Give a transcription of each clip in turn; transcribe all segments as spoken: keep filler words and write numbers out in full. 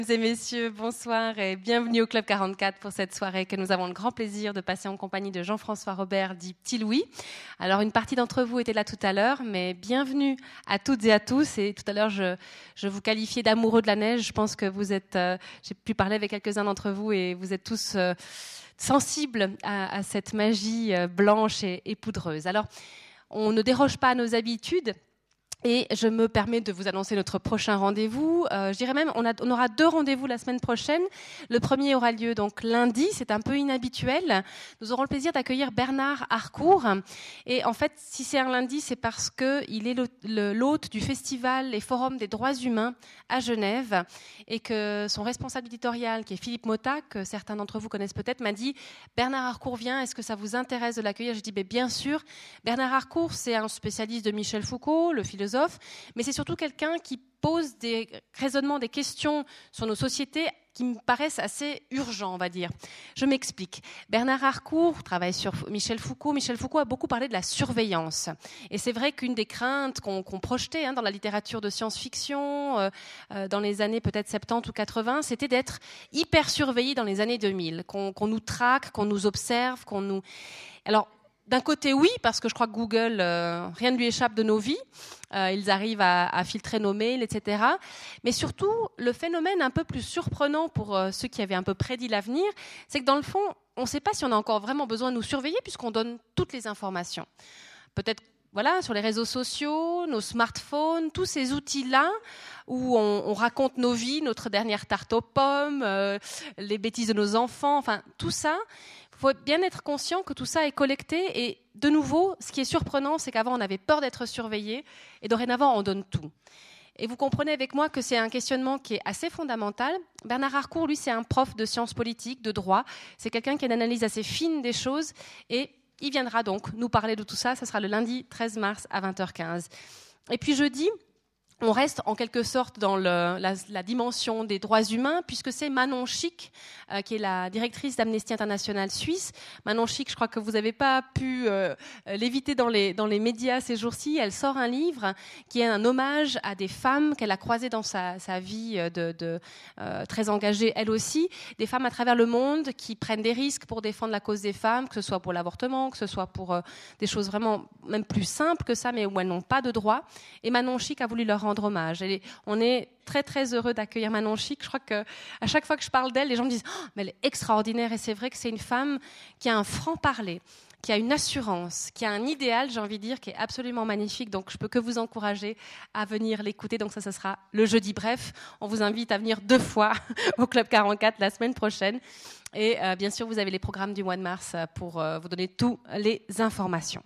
Mesdames et messieurs, bonsoir et bienvenue au Club quarante-quatre pour cette soirée que nous avons le grand plaisir de passer en compagnie de Jean-François Robert, dit Petit Louis. Alors, une partie d'entre vous était là tout à l'heure, mais bienvenue à toutes et à tous. Et tout à l'heure, je, je vous qualifiais d'amoureux de la neige. Je pense que vous êtes, euh, j'ai pu parler avec quelques-uns d'entre vous et vous êtes tous euh, sensibles à, à cette magie euh, blanche et, et poudreuse. Alors, on ne déroge pas à nos habitudes. Et je me permets de vous annoncer notre prochain rendez-vous. Euh, je dirais même, on, a, on aura deux rendez-vous la semaine prochaine. Le premier aura lieu donc lundi, c'est un peu inhabituel. Nous aurons le plaisir d'accueillir Bernard Harcourt. Et en fait, si c'est un lundi, c'est parce qu'il est l'hôte du festival et forum des droits humains à Genève. Et que son responsable éditorial, qui est Philippe Motta, que certains d'entre vous connaissent peut-être, m'a dit « Bernard Harcourt vient, est-ce que ça vous intéresse de l'accueillir ?» J'ai dit « Bien sûr ». Bernard Harcourt, c'est un spécialiste de Michel Foucault, le philosophe, mais c'est surtout quelqu'un qui pose des raisonnements, des questions sur nos sociétés qui me paraissent assez urgents, on va dire. Je m'explique. Bernard Harcourt travaille sur Michel Foucault. Michel Foucault a beaucoup parlé de la surveillance. Et c'est vrai qu'une des craintes qu'on, qu'on projetait hein, dans la littérature de science-fiction, euh, euh, dans les années peut-être soixante-dix ou quatre-vingts, c'était d'être hyper surveillé dans les années deux mille, qu'on, qu'on nous traque, qu'on nous observe, qu'on nous... Alors, d'un côté, oui, parce que je crois que Google, euh, rien ne lui échappe de nos vies. Euh, ils arrivent à, à filtrer nos mails, et cetera. Mais surtout, le phénomène un peu plus surprenant pour euh, ceux qui avaient un peu prédit l'avenir, c'est que dans le fond, on ne sait pas si on a encore vraiment besoin de nous surveiller puisqu'on donne toutes les informations. Peut-être voilà, sur les réseaux sociaux, nos smartphones, tous ces outils-là où on, on raconte nos vies, notre dernière tarte aux pommes, euh, les bêtises de nos enfants, enfin tout ça. Il faut bien être conscient que tout ça est collecté et de nouveau, ce qui est surprenant, c'est qu'avant on avait peur d'être surveillé et dorénavant on donne tout. Et vous comprenez avec moi que c'est un questionnement qui est assez fondamental. Bernard Harcourt, lui, c'est un prof de sciences politiques, de droit. C'est quelqu'un qui a une analyse assez fine des choses et il viendra donc nous parler de tout ça. Ça sera le lundi treize mars à vingt heures quinze. Et puis jeudi, on reste en quelque sorte dans le, la, la dimension des droits humains, puisque c'est Manon Chic, euh, qui est la directrice d'Amnesty International Suisse. Manon Chic, je crois que vous n'avez pas pu euh, l'éviter dans les, dans les médias ces jours-ci. Elle sort un livre qui est un hommage à des femmes qu'elle a croisées dans sa, sa vie de, de, euh, très engagée, elle aussi. Des femmes à travers le monde qui prennent des risques pour défendre la cause des femmes, que ce soit pour l'avortement, que ce soit pour euh, des choses vraiment même plus simples que ça, mais où elles n'ont pas de droits. Et Manon Chic a voulu leur rendre hommage. Et on est très très heureux d'accueillir Manon Chic. Je crois que à chaque fois que je parle d'elle, les gens me disent oh, mais elle est extraordinaire. Et c'est vrai que c'est une femme qui a un franc-parler, qui a une assurance, qui a un idéal, j'ai envie de dire, qui est absolument magnifique. Donc je peux que vous encourager à venir l'écouter. Donc ça, ça sera le jeudi. Bref, on vous invite à venir deux fois au Club quarante-quatre la semaine prochaine. Et euh, bien sûr, vous avez les programmes du mois de mars pour euh, vous donner toutes les informations.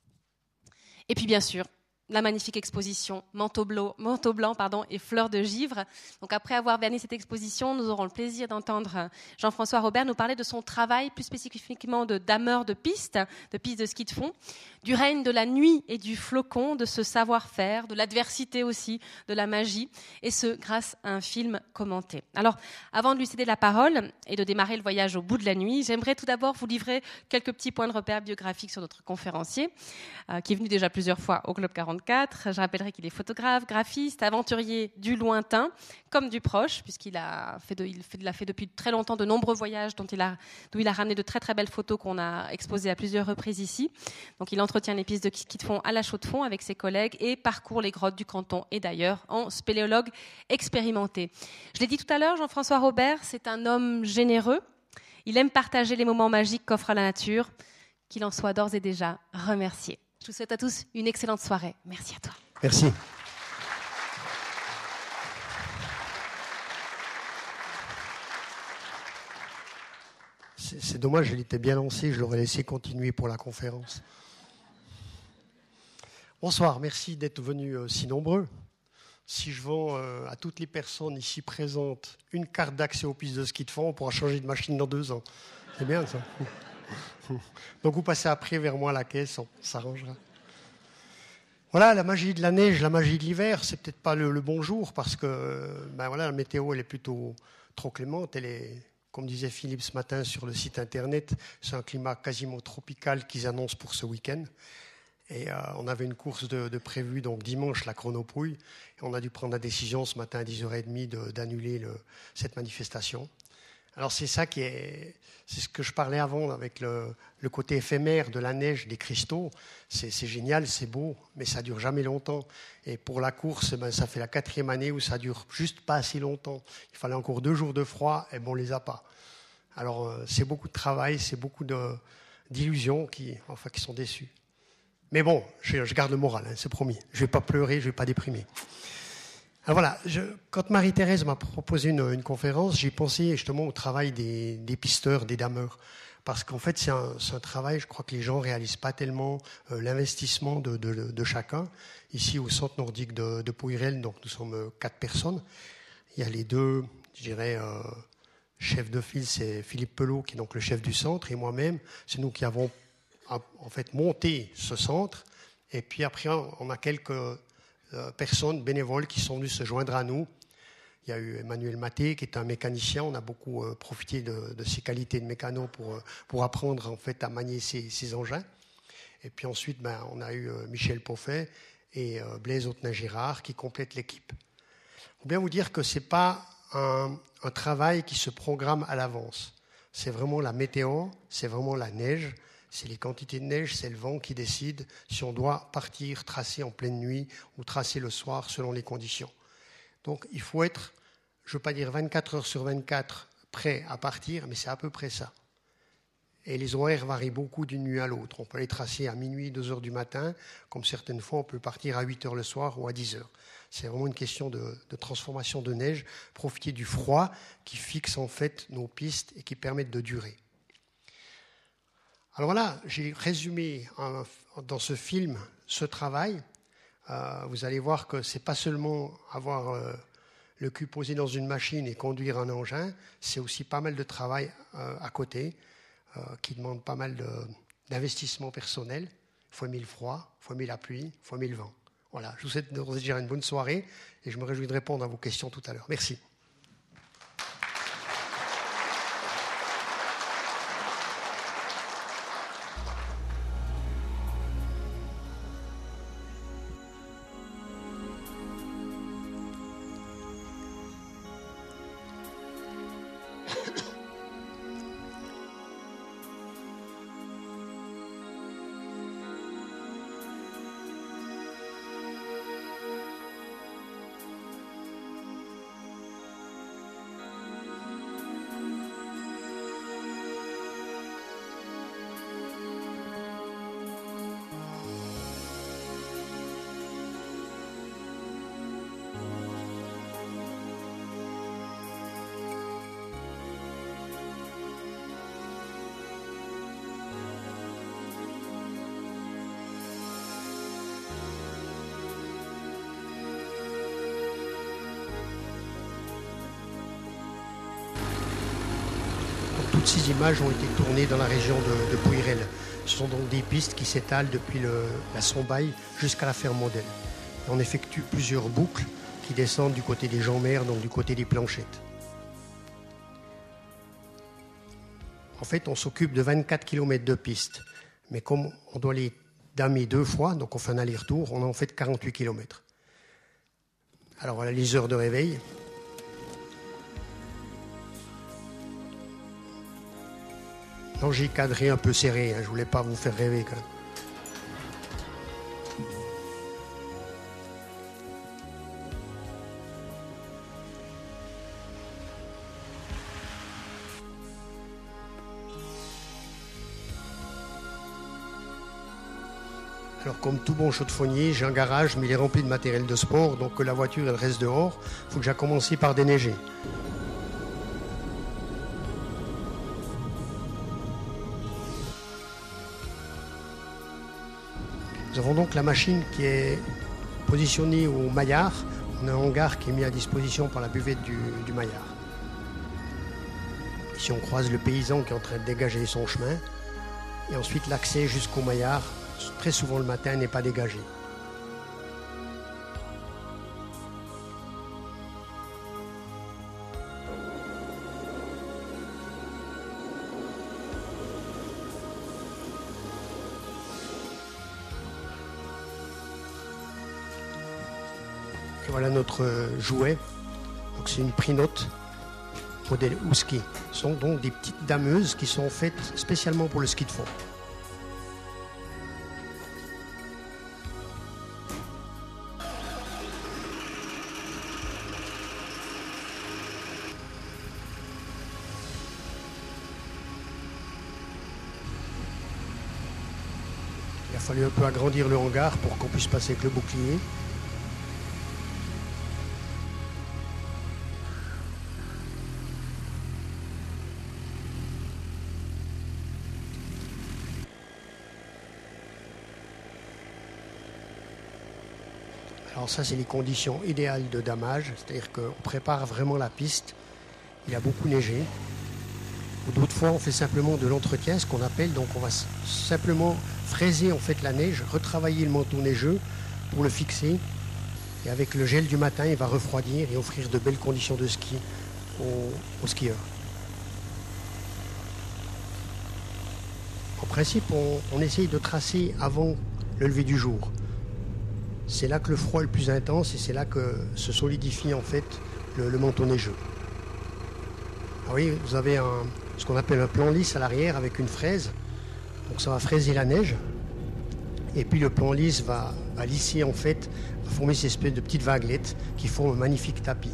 Et puis bien sûr, la magnifique exposition Manteau blanc, Manteau blanc pardon, et Fleurs de givre. Donc après avoir verni cette exposition, nous aurons le plaisir d'entendre Jean-François Robert nous parler de son travail, plus spécifiquement de dameur de piste, de piste de ski de fond, du règne de la nuit et du flocon, de ce savoir-faire, de l'adversité aussi, de la magie, et ce grâce à un film commenté. Alors, avant de lui céder la parole et de démarrer le voyage au bout de la nuit, j'aimerais tout d'abord vous livrer quelques petits points de repère biographiques sur notre conférencier, euh, qui est venu déjà plusieurs fois au Club quarante-quatre. Je rappellerai qu'il est photographe, graphiste, aventurier du lointain comme du proche, puisqu'il a fait de, il fait, il a fait depuis très longtemps de nombreux voyages dont il a, d'où il a ramené de très très belles photos qu'on a exposées à plusieurs reprises ici. Donc il entretient les pistes de ski de fond à la chaux de fonds avec ses collègues et parcourt les grottes du canton et d'ailleurs en spéléologue expérimenté. Je l'ai dit tout à l'heure, Jean-François Robert, c'est un homme généreux. Il aime partager les moments magiques qu'offre la nature. Qu'il en soit d'ores et déjà remercié. Je vous souhaite à tous une excellente soirée. Merci à toi. Merci. C'est, c'est dommage, elle était bien lancée, je l'aurais laissé continuer pour la conférence. Bonsoir, merci d'être venus euh, si nombreux. Si je vends euh, à toutes les personnes ici présentes une carte d'accès aux pistes de ski de fond, on pourra changer de machine dans deux ans. C'est bien ça. Donc vous passez après vers moi à la caisse, on s'arrangera. Voilà, la magie de la neige, la magie de l'hiver, c'est peut-être pas le, le bon jour parce que ben voilà, la météo elle est plutôt trop clémente. Elle est, comme disait Philippe ce matin sur le site internet, c'est un climat quasiment tropical qu'ils annoncent pour ce week-end. Et euh, on avait une course de, de prévue, donc dimanche, la chronopouille. Et on a dû prendre la décision ce matin à dix heures trente de, d'annuler le, cette manifestation. Alors c'est ça qui est, c'est ce que je parlais avant avec le, le côté éphémère de la neige, des cristaux. C'est, c'est génial, c'est beau, mais ça dure jamais longtemps. Et pour la course, ben, ça fait la quatrième année où ça dure juste pas assez longtemps. Il fallait encore deux jours de froid, et bon, on les a pas. Alors euh, c'est beaucoup de travail, c'est beaucoup de, d'illusions qui, enfin, qui sont déçues. Mais bon, je, je garde le moral, hein, c'est promis. Je vais pas pleurer, je vais pas déprimer. Alors voilà, je, quand Marie-Thérèse m'a proposé une, une conférence, j'ai pensé justement au travail des, des pisteurs, des dameurs. Parce qu'en fait, c'est un, c'est un travail, je crois que les gens ne réalisent pas tellement euh, l'investissement de, de, de chacun. Ici, au centre nordique de, de Poirel, donc nous sommes quatre personnes. Il y a les deux, je dirais, euh, chefs de file, c'est Philippe Pelot, qui est donc le chef du centre, et moi-même. C'est nous qui avons en fait monté ce centre. Et puis après, on a quelques personnes bénévoles qui sont venues se joindre à nous. Il y a eu Emmanuel Maté, qui est un mécanicien. On a beaucoup euh, profité de, de ses qualités de mécano pour, pour apprendre en fait, à manier ces, ces engins. Et puis ensuite, ben, on a eu euh, Michel Poffet et euh, Blaise Autenin-Girard qui complètent l'équipe. Il faut bien vous dire que ce n'est pas un, un travail qui se programme à l'avance. C'est vraiment la météo, c'est vraiment la neige. C'est les quantités de neige, c'est le vent qui décide si on doit partir, tracer en pleine nuit ou tracer le soir selon les conditions. Donc il faut être, je ne veux pas dire vingt-quatre heures sur vingt-quatre prêt à partir, mais c'est à peu près ça. Et les horaires varient beaucoup d'une nuit à l'autre. On peut les tracer à minuit, deux heures du matin, comme certaines fois on peut partir à huit heures le soir ou à dix heures. C'est vraiment une question de, de transformation de neige, profiter du froid qui fixe en fait nos pistes et qui permettent de durer. Alors voilà, j'ai résumé un, dans ce film ce travail. Euh, vous allez voir que ce n'est pas seulement avoir euh, le cul posé dans une machine et conduire un engin, c'est aussi pas mal de travail euh, à côté euh, qui demande pas mal de, d'investissement personnel. Il faut aimer le froid, il faut aimer la pluie, il faut aimer le vent. Voilà, je vous souhaite de vous dire une bonne soirée et je me réjouis de répondre à vos questions tout à l'heure. Merci. Toutes ces images ont été tournées dans la région de, de Poirel. Ce sont donc des pistes qui s'étalent depuis le, la Sombaille jusqu'à la ferme Modèle. Et on effectue plusieurs boucles qui descendent du côté des Jean-Mères, donc du côté des Planchettes. En fait, on s'occupe de vingt-quatre kilomètres de pistes. Mais comme on doit les damer deux fois, donc on fait un aller-retour, on a en fait quarante-huit kilomètres. Alors voilà les heures de réveil. Non, j'ai cadré un peu serré, hein, je ne voulais pas vous faire rêver quand même. Alors comme tout bon chaudefonnier, j'ai un garage, mais il est rempli de matériel de sport, donc que la voiture elle reste dehors, il faut que j'ai commencé par déneiger. Nous avons donc la machine qui est positionnée au maillard. On a un hangar qui est mis à disposition par la buvette du, du maillard. Ici, on croise le paysan qui est en train de dégager son chemin. Et ensuite, l'accès jusqu'au maillard, très souvent le matin, n'est pas dégagé. Voilà notre jouet. Donc c'est une prinote modèle Husky. Ce sont donc des petites dameuses qui sont faites spécialement pour le ski de fond. Il a fallu un peu agrandir le hangar pour qu'on puisse passer avec le bouclier. Alors ça, c'est les conditions idéales de damage, c'est-à-dire qu'on prépare vraiment la piste. Il a beaucoup neigé. D'autres fois, on fait simplement de l'entretien, ce qu'on appelle, donc on va simplement fraiser en fait la neige, retravailler le manteau neigeux pour le fixer. Et avec le gel du matin, il va refroidir et offrir de belles conditions de ski aux, aux skieurs. En principe, on, on essaye de tracer avant le lever du jour. C'est là que le froid est le plus intense et c'est là que se solidifie en fait le, le manteau neigeux. Ah oui, vous avez un, ce qu'on appelle un plan lisse à l'arrière avec une fraise. Donc ça va fraiser la neige. Et puis le plan lisse va, va lisser en fait, va former ces espèces de petites vaguelettes qui forment un magnifique tapis.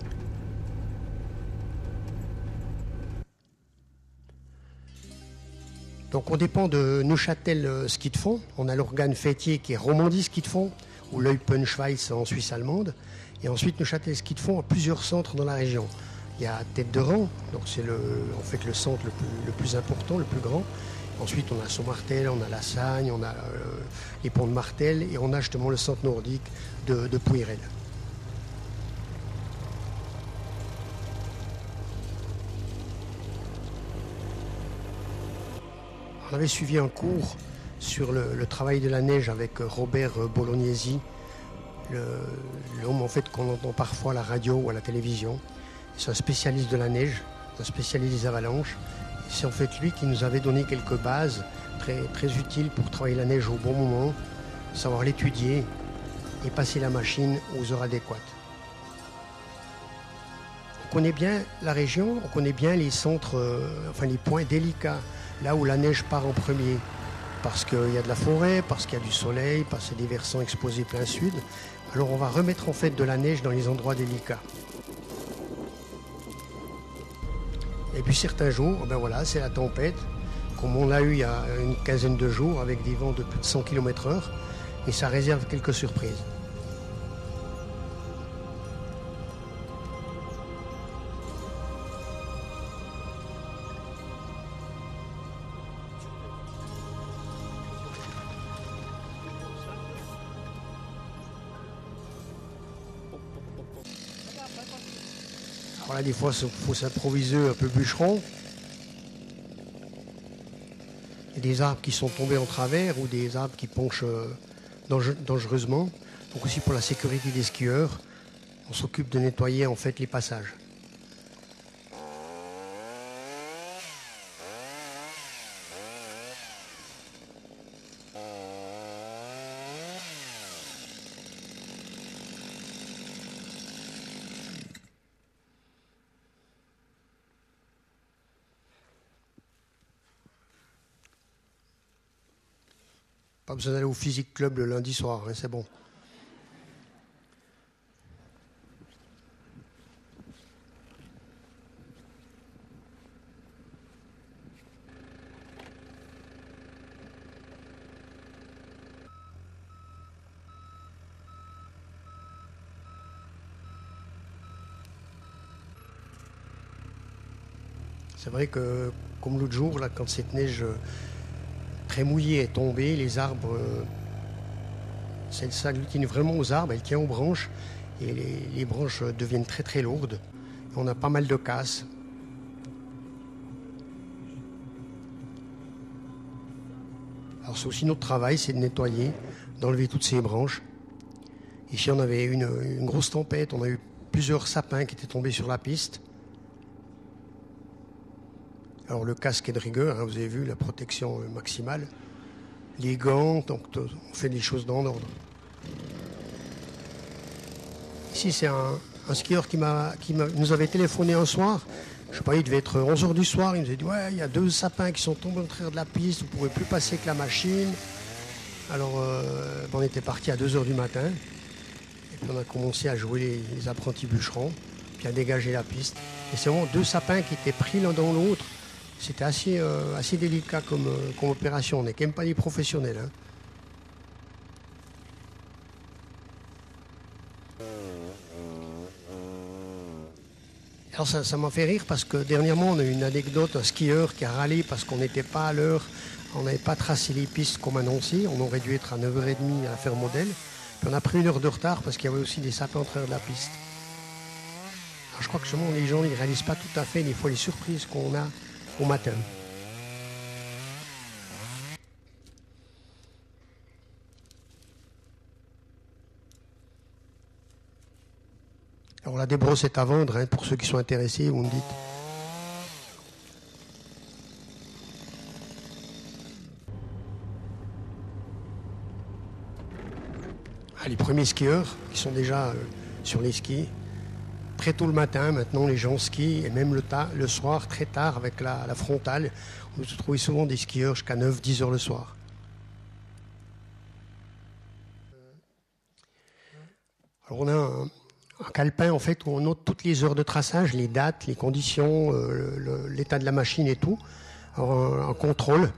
Donc on dépend de Neuchâtel ski de fond. On a l'organe fêtier qui est Romandie ski de fond, ou l'Eupen-Schweiz en Suisse allemande. Et ensuite Neuchâtel ski de fond a plusieurs centres dans la région. Il y a Tête de Rang, donc c'est le, en fait le centre le plus, le plus important, le plus grand. Ensuite on a Saint-Martel, on a La Sagne, on a euh, les ponts de Martel et on a justement le centre nordique de, de Pouyrel. On avait suivi un cours sur le, le travail de la neige avec Robert Bolognesi, l'homme en fait qu'on entend parfois à la radio ou à la télévision. C'est un spécialiste de la neige, un spécialiste des avalanches. C'est en fait lui qui nous avait donné quelques bases très, très utiles pour travailler la neige au bon moment, savoir l'étudier et passer la machine aux heures adéquates. On connaît bien la région, on connaît bien les centres, euh, enfin les points délicats, là où la neige part en premier. Parce qu'il y a de la forêt, parce qu'il y a du soleil, parce qu'il y a des versants exposés plein sud. Alors on va remettre en fait de la neige dans les endroits délicats. Et puis certains jours, ben voilà, c'est la tempête, comme on l'a eu il y a une quinzaine de jours, avec des vents de plus de cent kilomètres heure, et ça réserve quelques surprises. Alors là, des fois, il faut s'improviser un peu bûcheron. Il y a des arbres qui sont tombés en travers ou des arbres qui penchent dangereusement. Donc aussi pour la sécurité des skieurs, on s'occupe de nettoyer en fait les passages. Pas besoin d'aller au physique club le lundi soir, hein, c'est bon. C'est vrai que, comme l'autre jour, là, quand cette neige très mouillée est tombée, les arbres, euh, ça s'agglutine vraiment aux arbres, elle tient aux branches, et les, les branches deviennent très très lourdes. On a pas mal de casses. Alors c'est aussi notre travail, c'est de nettoyer, d'enlever toutes ces branches. Ici on avait une, une grosse tempête, on a eu plusieurs sapins qui étaient tombés sur la piste. Alors le casque est de rigueur, hein, vous avez vu, la protection maximale. Les gants, donc on fait les choses dans l'ordre. Ici, c'est un, un skieur qui, m'a, qui m'a, nous avait téléphoné un soir. Je sais pas, il devait être onze heures du soir. Il nous a dit, ouais, il y a deux sapins qui sont tombés au travers de la piste. Vous ne pouvez plus passer avec la machine. Alors, euh, on était parti à deux heures du matin. Et puis, on a commencé à jouer les, les apprentis bûcherons, puis à dégager la piste. Et c'est vraiment deux sapins qui étaient pris l'un dans l'autre. C'était assez, euh, assez délicat comme, euh, comme opération. On n'est quand même pas des professionnels. Hein. Alors ça, ça m'a fait rire parce que dernièrement on a eu une anecdote, un skieur qui a râlé parce qu'on n'était pas à l'heure, on n'avait pas tracé les pistes comme annoncé, on aurait dû être à neuf heures trente à la ferme modèle, puis on a pris une heure de retard parce qu'il y avait aussi des sapins en travers de la piste. Alors je crois que souvent les gens ne réalisent pas tout à fait des fois les surprises qu'on a au matin. Alors la débrosse est à vendre, hein, pour ceux qui sont intéressés, vous me dites. Ah, les premiers skieurs qui sont déjà euh, sur les skis, très tôt le matin, maintenant les gens skient, et même le, ta- le soir, très tard, avec la, la frontale. Vous trouvez souvent des skieurs jusqu'à neuf dix heures le soir. Alors on a un... un calepin en fait où on note toutes les heures de traçage, les dates, les conditions, euh, le, l'état de la machine et tout. Alors un, un contrôle.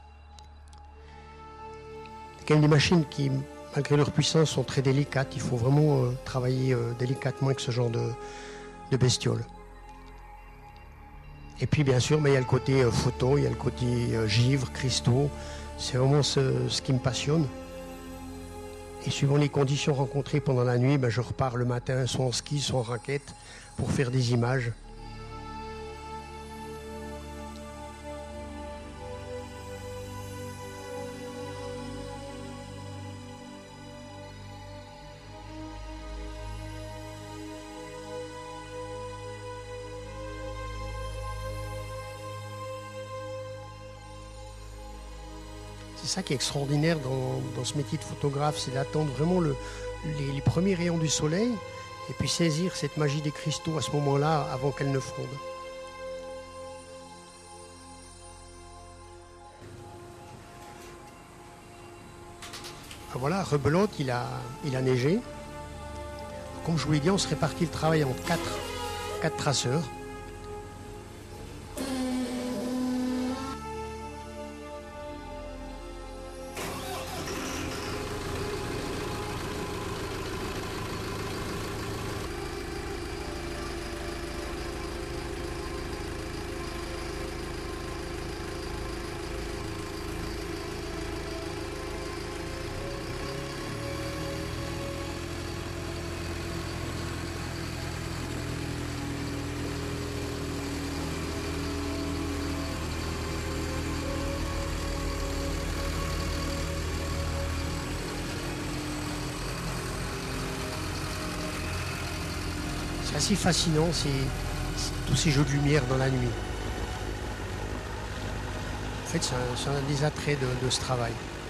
C'est quand même des machines qui, malgré leur puissance, sont très délicates. Il faut vraiment euh, travailler euh, délicatement avec ce genre de, de bestioles. Et puis bien sûr, ben, il y a le côté euh, photo, il y a le côté euh, givre, cristaux. C'est vraiment ce, ce qui me passionne. Et suivant les conditions rencontrées pendant la nuit, ben je repars le matin, soit en ski, soit en raquette, pour faire des images. C'est ça qui est extraordinaire dans, dans ce métier de photographe, c'est d'attendre vraiment le, les, les premiers rayons du soleil et puis saisir cette magie des cristaux à ce moment-là avant qu'elle ne fonde. Ah voilà, rebelote, il a, il a neigé. Comme je vous l'ai dit, on se répartit le travail en quatre, quatre traceurs. C'est assez fascinant, c'est, c'est tous ces jeux de lumière dans la nuit. En fait, c'est un, c'est un des attraits de, de ce travail.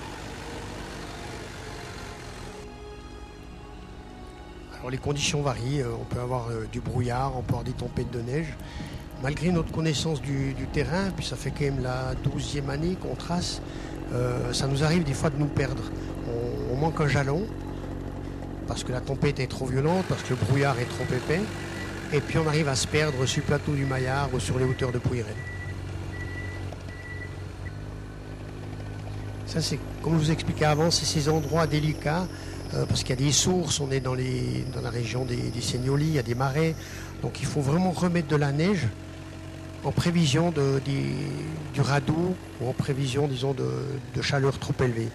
Alors les conditions varient, on peut avoir du brouillard, on peut avoir des tempêtes de neige. Malgré notre connaissance du, du terrain, puis ça fait quand même la douzième année qu'on trace, euh, ça nous arrive des fois de nous perdre. On, on manque un jalon, parce que la tempête est trop violente, parce que le brouillard est trop épais, et puis on arrive à se perdre sur le plateau du Maillard ou sur les hauteurs de Pouyrel. Ça, c'est, comme je vous expliquais avant, c'est ces endroits délicats, euh, parce qu'il y a des sources, on est dans, les, dans la région des, des Seignolies, il y a des marais, donc il faut vraiment remettre de la neige en prévision de, des, du radeau, ou en prévision, disons, de, de chaleur trop élevée.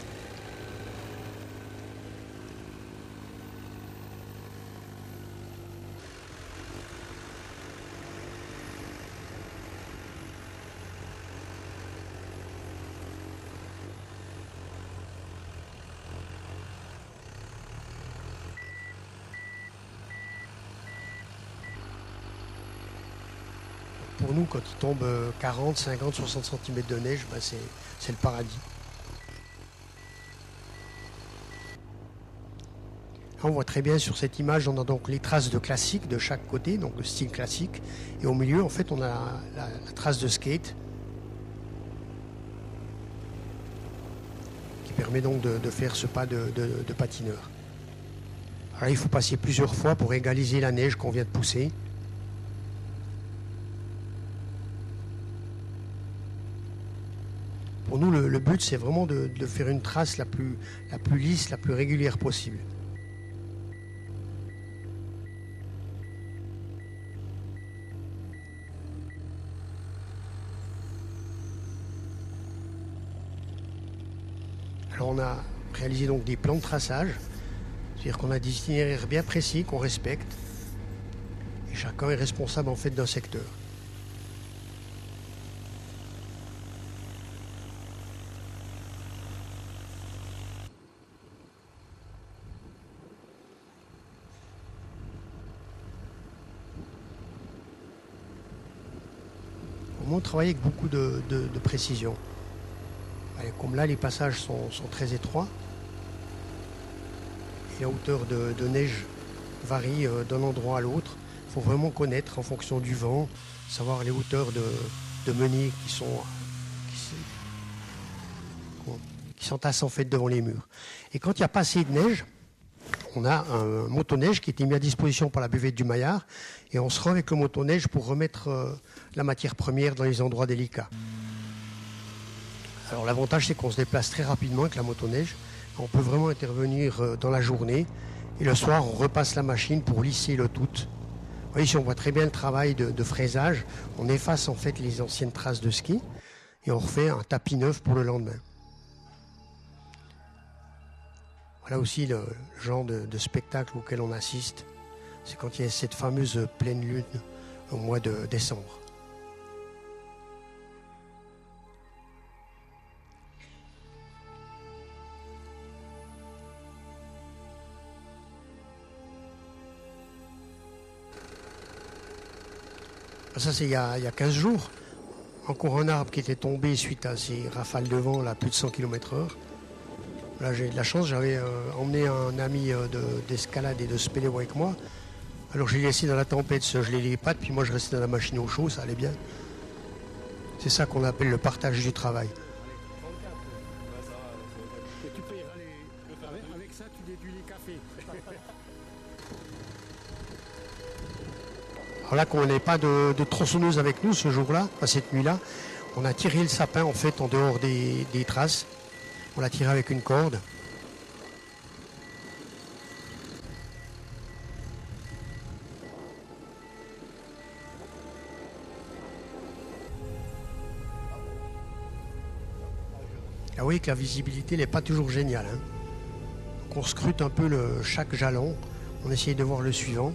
Pour nous, quand il tombe quarante, cinquante, soixante centimètres de neige, ben c'est, c'est le paradis. On voit très bien sur cette image, on a donc les traces de classique de chaque côté, donc le style classique. Et au milieu, en fait, on a la, la trace de skate qui permet donc de, de faire ce pas de, de, de patineur. Alors il faut passer plusieurs fois pour égaliser la neige qu'on vient de pousser. Pour nous, le, le but, c'est vraiment de, de faire une trace la plus, la plus lisse, la plus régulière possible. Alors on a réalisé donc des plans de traçage, c'est-à-dire qu'on a des itinéraires bien précis qu'on respecte, et chacun est responsable en fait d'un secteur. On travaille avec beaucoup de, de, de précision. Allez, comme là, les passages sont, sont très étroits. Et la hauteur de, de neige varie euh, d'un endroit à l'autre. Il faut vraiment connaître en fonction du vent, savoir les hauteurs de, de meuniers qui sont qui, qui s'entassent en fait devant les murs. Et quand il n'y a pas assez de neige, on a un motoneige qui a été mis à disposition par la buvette du Maillard et on se rend avec le motoneige pour remettre euh, la matière première dans les endroits délicats. Alors l'avantage c'est qu'on se déplace très rapidement avec la motoneige, on peut vraiment intervenir euh, dans la journée et le soir on repasse la machine pour lisser le tout. Vous voyez, ici on voit très bien le travail de, de fraisage, on efface en fait les anciennes traces de ski et on refait un tapis neuf pour le lendemain. Voilà aussi le genre de, de spectacle auquel on assiste. C'est quand il y a cette fameuse pleine lune au mois de décembre. Ça, c'est il y a, il y a quinze jours. Encore un arbre qui était tombé suite à ces rafales de vent, là, plus de cent kilomètres heure. Là, j'ai de la chance, j'avais euh, emmené un ami euh, de, d'escalade et de spéléo avec moi. Alors, j'ai laissé dans la tempête se geler les pattes, puis moi, je restais dans la machine au chaud, ça allait bien. C'est ça qu'on appelle le partage du travail. Avec ça, tu déduis les cafés. Alors là, comme on n'avait pas de, de tronçonneuse avec nous ce jour-là, enfin, cette nuit-là, on a tiré le sapin en fait en dehors des, des traces. On l'a tiré avec une corde. Là, vous voyez que la visibilité n'est pas toujours géniale. Hein. Donc on scrute un peu le, chaque jalon. On essaye de voir le suivant.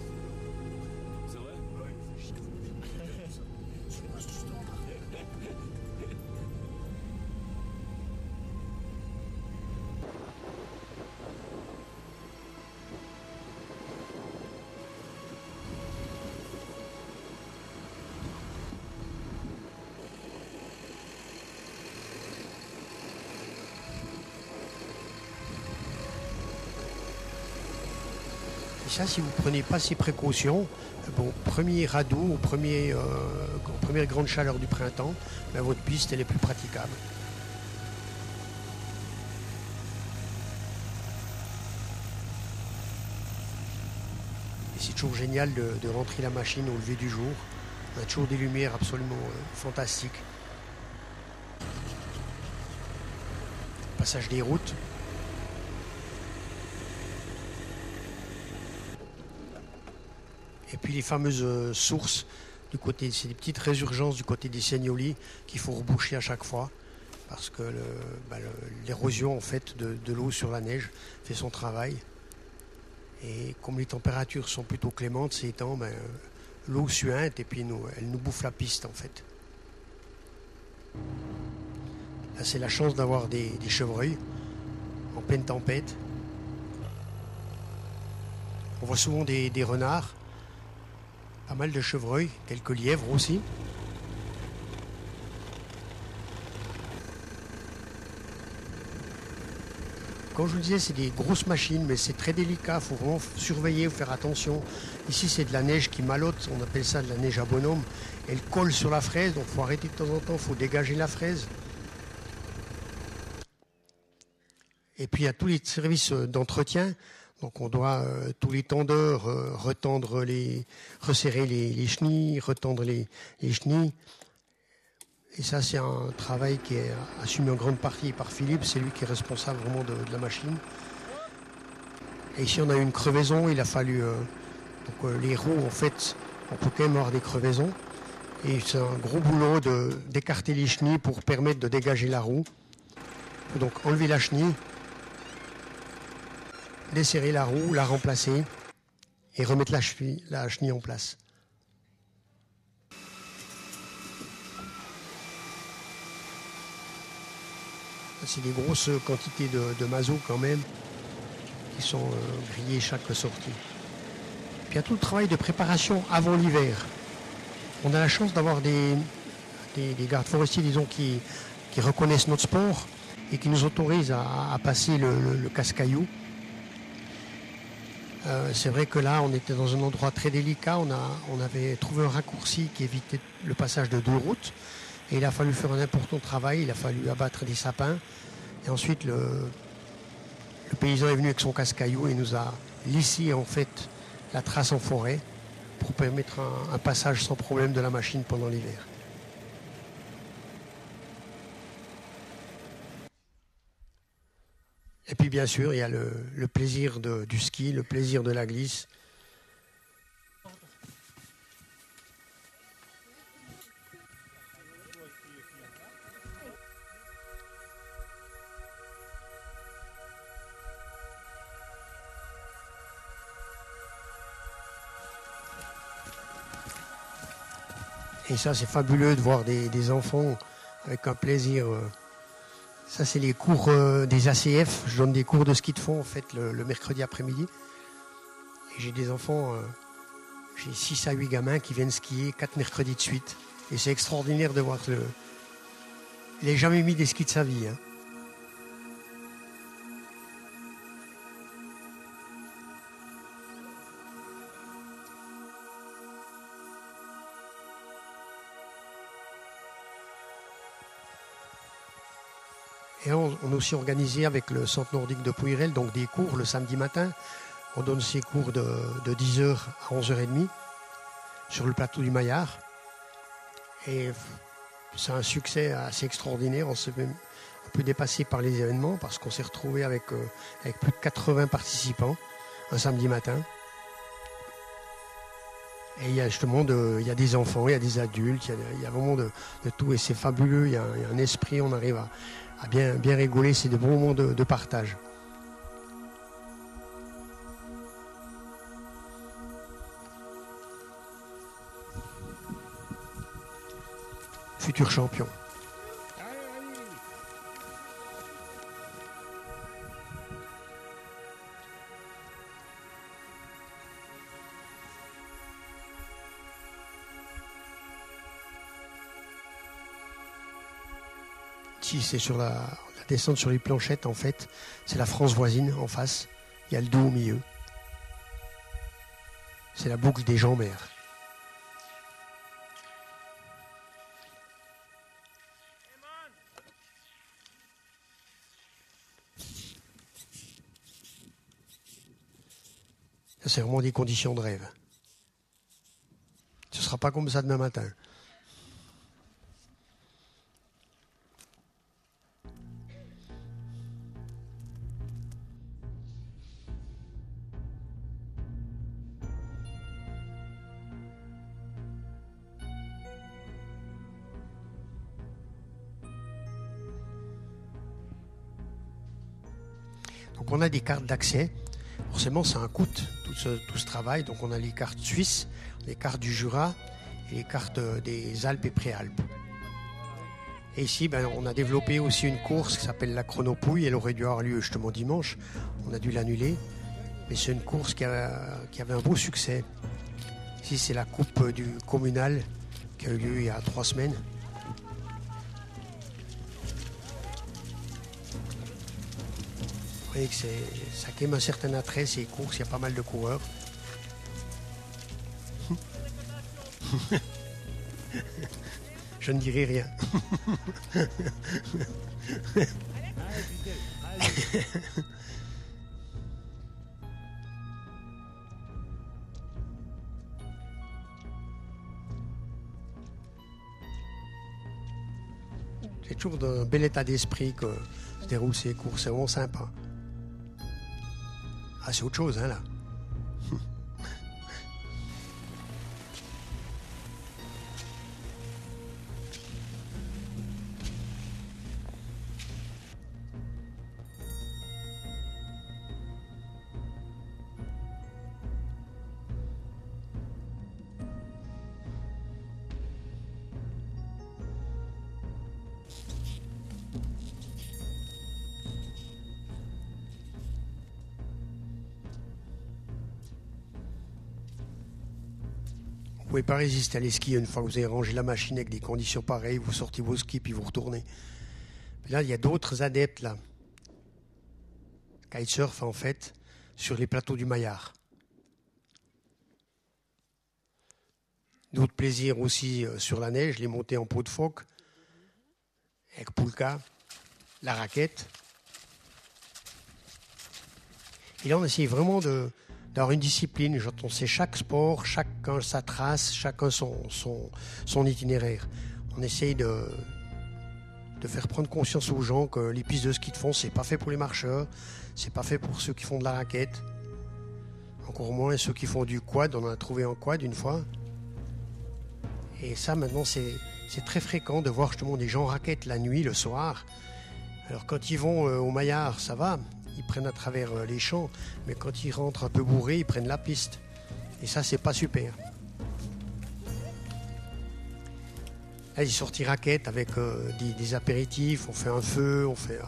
Et ça, si vous ne prenez pas ces précautions, bon, premier radeau, au premier, euh, première grande chaleur du printemps, ben, votre piste elle est plus praticable. Et c'est toujours génial de, de rentrer la machine au lever du jour. On a toujours des lumières absolument euh, fantastiques. Passage des routes. Et puis les fameuses sources du côté, c'est des petites résurgences du côté des Seignoli qu'il faut reboucher à chaque fois parce que le, bah le, l'érosion en fait de, de l'eau sur la neige fait son travail. Et comme les températures sont plutôt clémentes ces temps, ben, l'eau suinte et puis nous, elle nous bouffe la piste en fait. Là c'est la chance d'avoir des, des chevreuils en pleine tempête. On voit souvent des, des renards. Pas mal de chevreuils, quelques lièvres aussi. comme je vous le disais, c'est des grosses machines, mais c'est très délicat. Il faut vraiment surveiller, faire attention. Ici, c'est de la neige qui malotte. On appelle ça de la neige à bonhomme. Elle colle sur la fraise, donc il faut arrêter de temps en temps. Il faut dégager la fraise. Et puis, il y a tous les services d'entretien. Donc, on doit, euh, tous les tendeurs, euh, retendre les, resserrer les, les chenilles, retendre les, les chenilles. Et ça, c'est un travail qui est assumé en grande partie par Philippe. C'est lui qui est responsable vraiment de, de la machine. Et ici, on a eu une crevaison. Il a fallu... Euh, donc, euh, les roues, en fait, on peut quand même avoir des crevaisons. Et c'est un gros boulot de, d'écarter les chenilles pour permettre de dégager la roue. Il faut donc enlever la chenille, desserrer la roue, la remplacer et remettre la chenille, la chenille en place. C'est des grosses quantités de, de mazout quand même qui sont euh, grillées chaque sortie. Puis il y a tout le travail de préparation avant l'hiver. On a la chance d'avoir des, des, des gardes forestiers, disons, qui, qui reconnaissent notre sport et qui nous autorisent à, à passer le, le, le casse-caillou. Euh, c'est vrai que là, on était dans un endroit très délicat. On, a, on avait trouvé un raccourci qui évitait le passage de deux routes. Et il a fallu faire un important travail. Il a fallu abattre des sapins. Et ensuite, le, le paysan est venu avec son casse-caillou et nous a lissé en fait la trace en forêt pour permettre un, un passage sans problème de la machine pendant l'hiver. Et puis bien sûr, il y a le, le plaisir de, du ski, le plaisir de la glisse. Et ça, c'est fabuleux de voir des, des enfants avec un plaisir. Ça, c'est les cours des A C F. Je donne des cours de ski de fond, en fait, le, le mercredi après-midi. Et j'ai des enfants, euh, j'ai six à huit gamins qui viennent skier quatre mercredis de suite. Et c'est extraordinaire de voir le... Il n'a jamais mis des skis de sa vie, hein. Et on, on a aussi organisé avec le Centre nordique de Pouyrel donc des cours le samedi matin. On donne ces cours de, de dix heures à onze heures trente sur le plateau du Maillard. Et c'est un succès assez extraordinaire. On s'est même un peu dépassé par les événements parce qu'on s'est retrouvé avec, euh, avec plus de quatre-vingts participants un samedi matin. Et il y a justement de, il y a des enfants, il y a des adultes, il y a, il y a vraiment de, de tout. Et c'est fabuleux, il y a, il y a un esprit, on arrive à, à bien, bien rigoler, c'est de bons moments de, de partage. Futur champion. Ici, c'est sur la, la descente sur les planchettes, en fait. C'est la France voisine, en face. Il y a le Doubs au milieu. C'est la boucle des Jean-Mères. Ça, c'est vraiment des conditions de rêve. Ce ne sera pas comme ça demain matin. Donc on a des cartes d'accès. Forcément, ça a un coût, tout ce, tout ce travail. Donc on a les cartes suisses, les cartes du Jura et les cartes des Alpes et Préalpes. Et ici, ben, on a développé aussi une course qui s'appelle la Chronopouille. Elle aurait dû avoir lieu justement dimanche. On a dû l'annuler. Mais c'est une course qui, a, qui avait un beau succès. Ici, c'est la coupe du communal qui a eu lieu il y a trois semaines. voyez que c'est, ça quème un certain attrait, ces courses, il y a pas mal de coureurs. Je ne dirai rien. C'est toujours d'un bel état d'esprit que se déroulent ces courses, c'est vraiment sympa. Ah, c'est autre chose, hein, là. Vous ne pouvez pas résister à l'esquí une fois que vous avez rangé la machine avec des conditions pareilles, vous sortez vos skis puis vous retournez. Mais là, il y a d'autres adeptes, là. Kitesurf, en fait, sur les plateaux du Maillard. D'autres plaisirs aussi euh, sur la neige, les montées en peau de phoque, avec Poulka, la raquette. Et là, on essaye vraiment de... d'avoir une discipline. On sait chaque sport, chacun sa trace, chacun son, son, son itinéraire. On essaye de, de faire prendre conscience aux gens que les pistes de ski de fond, c'est pas fait pour les marcheurs, c'est pas fait pour ceux qui font de la raquette. Encore moins ceux qui font du quad. On en a trouvé un quad une fois. Et ça, maintenant, c'est, c'est très fréquent de voir justement des gens raquettes la nuit, le soir. Alors quand ils vont euh, au Maillard, ça va. Ils prennent à travers les champs, mais quand ils rentrent un peu bourrés, ils prennent la piste. Et ça, c'est pas super. Là, ils sortent raquettes avec euh, des, des apéritifs, on fait un feu, on fait... Euh,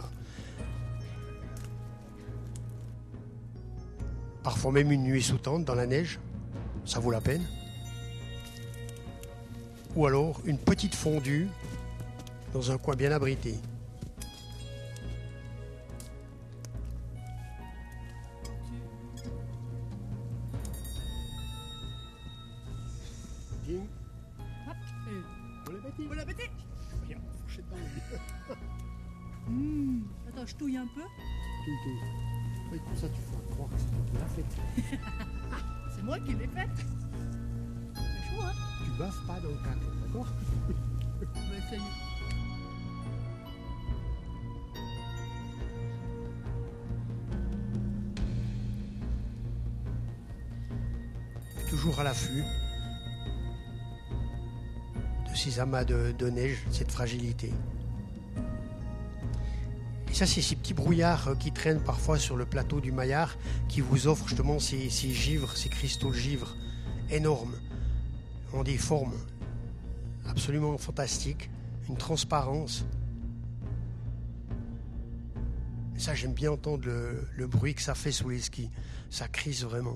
parfois même une nuit sous tente dans la neige, ça vaut la peine. Ou alors une petite fondue dans un coin bien abrité. Bon appétit. Mmh. Attends, je touille un peu. Touille, touille. Oui, comme ça, tu vas croire que c'est toi qui l'as fait. C'est moi qui l'ai faite. C'est chaud, hein. Tu baffes pas dans le cadre, d'accord? On va essayer. Toujours à l'affût de ces amas de, de neige, cette fragilité. Et ça, c'est ces petits brouillards qui traînent parfois sur le plateau du Maillard, qui vous offrent justement ces, ces givres, ces cristaux de givre énormes, en des formes absolument fantastiques, une transparence. Et ça, j'aime bien entendre le, le bruit que ça fait sous les skis. Ça crisse vraiment.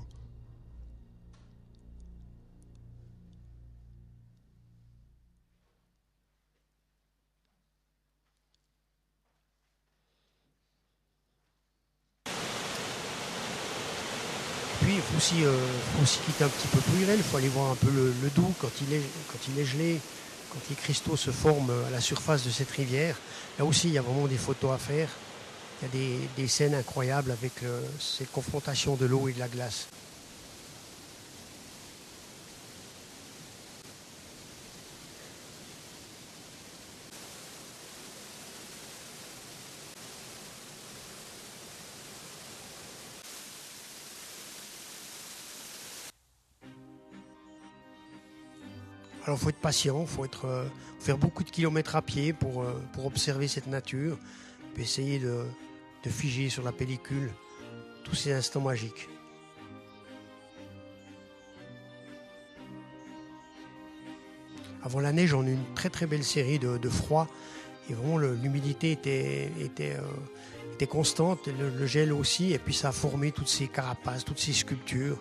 Puis il faut aussi, euh, faut aussi quitter un petit peu Pouyrel, il faut aller voir un peu le, le Doubs quand il, est, quand il est gelé, quand les cristaux se forment à la surface de cette rivière. Là aussi, il y a vraiment des photos à faire. Il y a des, des scènes incroyables avec euh, cette confrontation de l'eau et de la glace. Alors il faut être patient, il faut être, euh, faire beaucoup de kilomètres à pied pour, euh, pour observer cette nature, puis essayer de, de figer sur la pellicule tous ces instants magiques. Avant la neige, on a eu une très très belle série de, de froids et vraiment le, l'humidité était, était, euh, était constante, le, le gel aussi, et puis ça a formé toutes ces carapaces, toutes ces sculptures.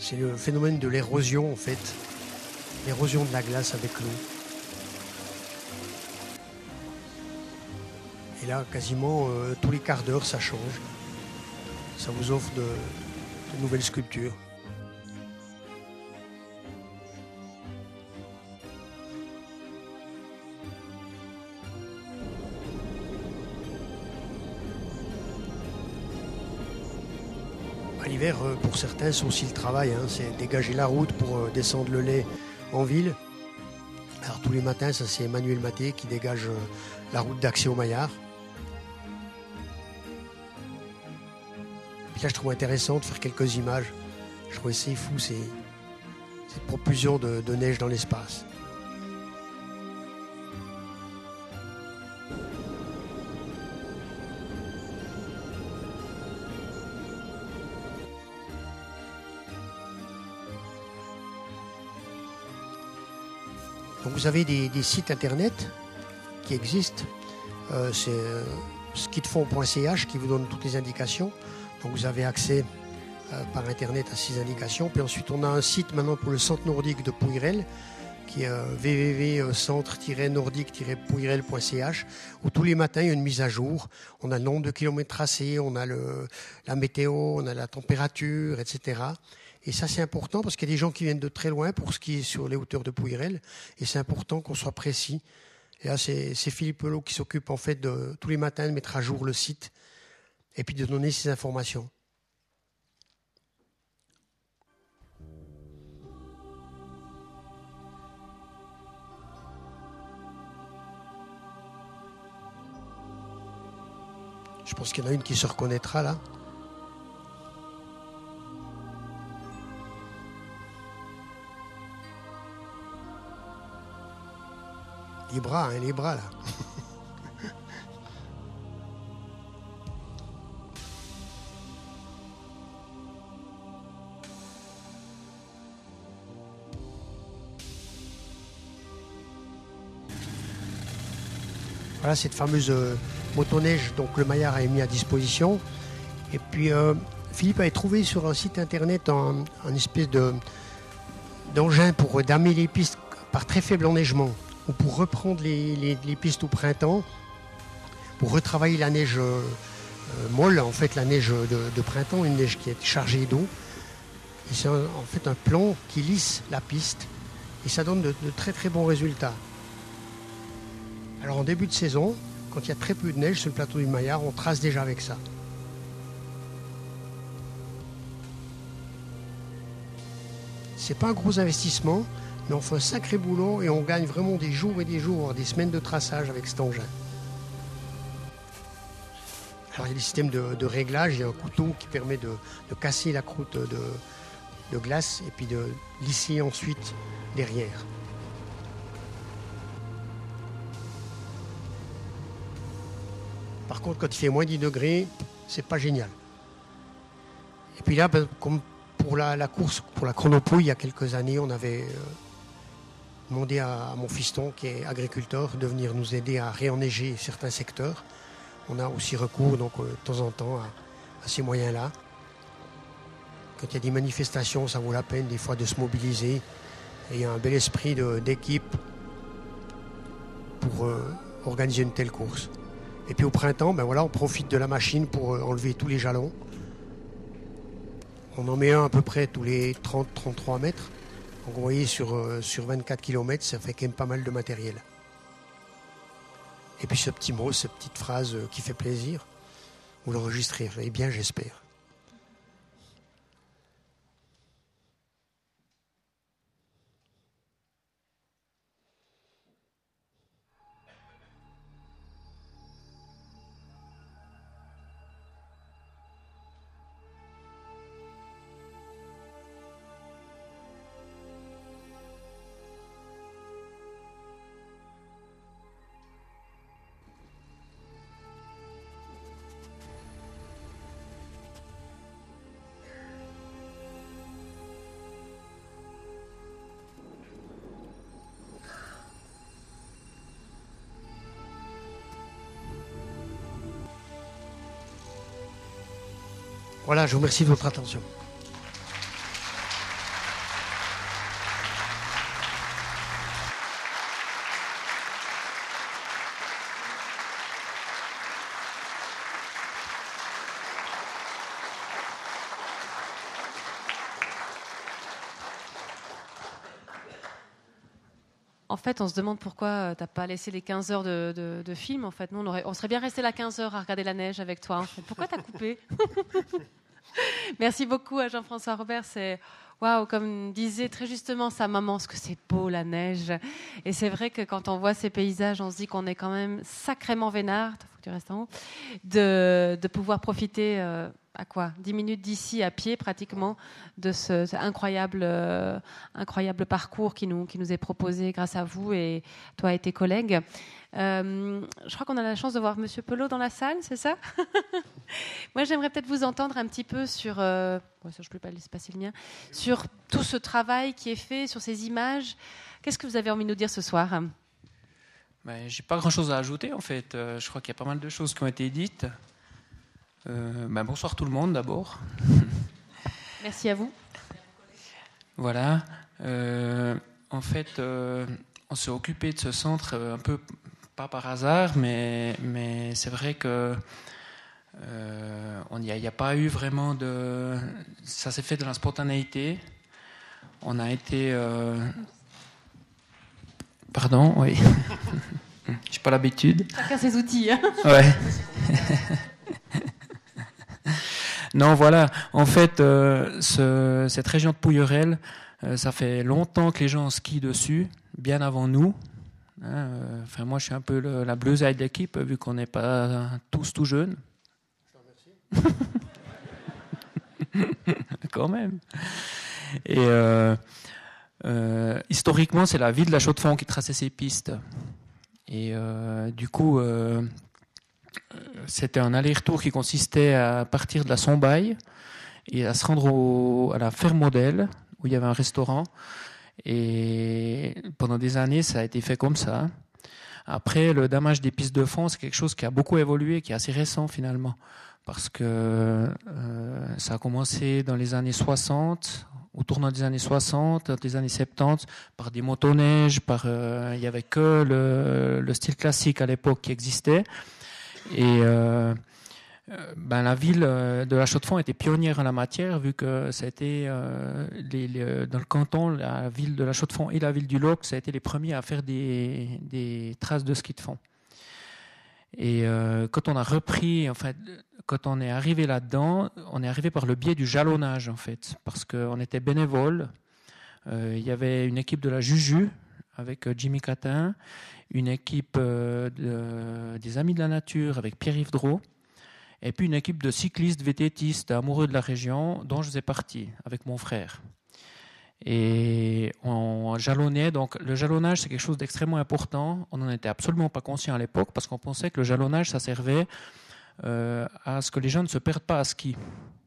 C'est le phénomène de l'érosion en fait, l'érosion de la glace avec l'eau. Et là, quasiment euh, tous les quarts d'heure, ça change. Ça vous offre de, de nouvelles sculptures. À l'hiver, euh, pour certains, c'est aussi le travail. Hein, c'est dégager la route pour euh, descendre le lait en ville. Alors tous les matins, ça c'est Emmanuel Maté qui dégage euh, la route d'accès au Maillard. Puis là, je trouve intéressant de faire quelques images. Je trouve c'est fou, c'est cette propulsion de, de neige dans l'espace. Donc vous avez des, des sites internet qui existent. Euh, c'est euh, skidfond point c h qui vous donne toutes les indications. Donc vous avez accès euh, par internet à ces indications. Puis ensuite on a un site maintenant pour le centre nordique de Pouyrel qui est euh, w w w point centre tiret nordique tiret pouyrel point c h où tous les matins il y a une mise à jour. On a le nombre de kilomètres tracés, on a le, la météo, on a la température, et cetera. Et ça c'est important parce qu'il y a des gens qui viennent de très loin pour skier sur les hauteurs de Pouyrel et c'est important qu'on soit précis. Et là c'est, c'est Philippe Pelot qui s'occupe en fait de tous les matins de mettre à jour le site et puis de donner ces informations. Je pense qu'il y en a une qui se reconnaîtra là. Les bras, hein, les bras là. Voilà cette fameuse euh, motoneige, donc le Maillard a mis à disposition. Et puis euh, Philippe avait trouvé sur un site internet un, un espèce de, d'engin pour damer les pistes par très faible enneigement, ou pour reprendre les, les, les pistes au printemps, pour retravailler la neige euh, molle, en fait la neige de, de printemps, une neige qui est chargée d'eau. Et c'est un, en fait un plan qui lisse la piste et ça donne de, de très très bons résultats. Alors en début de saison, quand il y a très peu de neige sur le plateau du Maillard, on trace déjà avec ça. C'est pas un gros investissement, mais on fait un sacré boulot et on gagne vraiment des jours et des jours, voire des semaines de traçage avec cet engin. Alors il y a des systèmes de, de réglage, il y a un couteau qui permet de, de casser la croûte de, de glace et puis de lisser ensuite derrière. Par contre, quand il fait moins dix degrés, c'est pas génial. Et puis là, ben, comme pour la, la course, pour la chronopouille, il y a quelques années, on avait euh, demandé à, à mon fiston, qui est agriculteur, de venir nous aider à réenneiger certains secteurs. On a aussi recours, donc, euh, de temps en temps, à, à ces moyens-là. Quand il y a des manifestations, ça vaut la peine des fois de se mobiliser. Et il y a un bel esprit de, d'équipe pour euh, organiser une telle course. Et puis au printemps, ben voilà, on profite de la machine pour enlever tous les jalons. On en met un à peu près tous les trente à trente-trois mètres. Donc vous voyez, sur, sur vingt-quatre kilomètres, ça fait quand même pas mal de matériel. Et puis ce petit mot, cette petite phrase qui fait plaisir, vous l'enregistrerez bien, j'espère. Voilà, je vous remercie de votre attention. en fait, on se demande pourquoi tu n'as pas laissé les quinze heures de, de, de film. En fait, nous, on, aurait, on serait bien resté là quinze heures à regarder la neige avec toi. En fait. Pourquoi tu as coupé? Merci beaucoup à Jean-François Robert. C'est waouh, comme disait très justement sa maman, ce que c'est beau la neige. Et c'est vrai que quand on voit ces paysages, on se dit qu'on est quand même sacrément vénard. Faut que tu restes en haut. De, de pouvoir profiter. Euh, à quoi dix minutes d'ici à pied pratiquement de ce, ce incroyable, euh, incroyable parcours qui nous, qui nous est proposé grâce à vous et toi et tes collègues. Euh, je crois qu'on a la chance de voir Monsieur Pelot dans la salle, c'est ça? Moi, j'aimerais peut-être vous entendre un petit peu sur, euh, bon, ça, je ne peux pas laisser passer le mien, sur tout ce travail qui est fait, sur ces images. Qu'est-ce que vous avez envie de nous dire ce soir? Ben, j'ai pas grand-chose à ajouter en fait. Euh, je crois qu'il y a pas mal de choses qui ont été dites. Euh, ben bonsoir tout le monde d'abord. Merci à vous. Voilà. Euh, en fait, euh, on s'est occupé de ce centre un peu pas par hasard, mais, mais c'est vrai que euh, il n'y a, y a pas eu vraiment de. Ça s'est fait de la spontanéité. On a été. Euh... Pardon, oui. J'ai pas l'habitude. Chacun ses outils. Hein. Ouais. Non, voilà. En fait, euh, ce, cette région de Pouillerel, euh, ça fait longtemps que les gens skient dessus, bien avant nous. Hein, euh, enfin, moi, je suis un peu le, la bleusaille de l'équipe, vu qu'on n'est pas tous tout jeunes. Quand même. Et euh, euh, historiquement, c'est la ville de La Chaux-de-Fonds qui traçait ces pistes. Et euh, du coup... Euh, C'était un aller-retour qui consistait à partir de la Sombaille et à se rendre au, à la ferme modèle où il y avait un restaurant. Et pendant des années, ça a été fait comme ça. Après, le damage des pistes de fond, c'est quelque chose qui a beaucoup évolué, qui est assez récent finalement. Parce que euh, ça a commencé dans les années soixante, au tournant des années soixante, des années soixante-dix, par des motoneiges, par, euh, il n'y avait que le, le style classique à l'époque qui existait. Et euh, ben, la ville de La Chaux-de-Fonds était pionnière en la matière, vu que ça a été, euh, les, les, dans le canton, la ville de La Chaux-de-Fonds et la ville du Loc, ça a été les premiers à faire des, des traces de ski de fond. Et euh, quand on a repris, en fait, quand on est arrivé là-dedans, on est arrivé par le biais du jalonnage, en fait, parce qu'on était bénévole. Euh, il y avait une équipe de la Juju avec Jimmy Catin, une équipe euh, de, des Amis de la Nature avec Pierre-Yves Drault, et puis une équipe de cyclistes, vététistes, amoureux de la région, dont je faisais partie avec mon frère. Et on jalonnait. Donc le jalonnage, c'est quelque chose d'extrêmement important. On n'en était absolument pas conscient à l'époque, parce qu'on pensait que le jalonnage, ça servait euh, à ce que les gens ne se perdent pas à ski.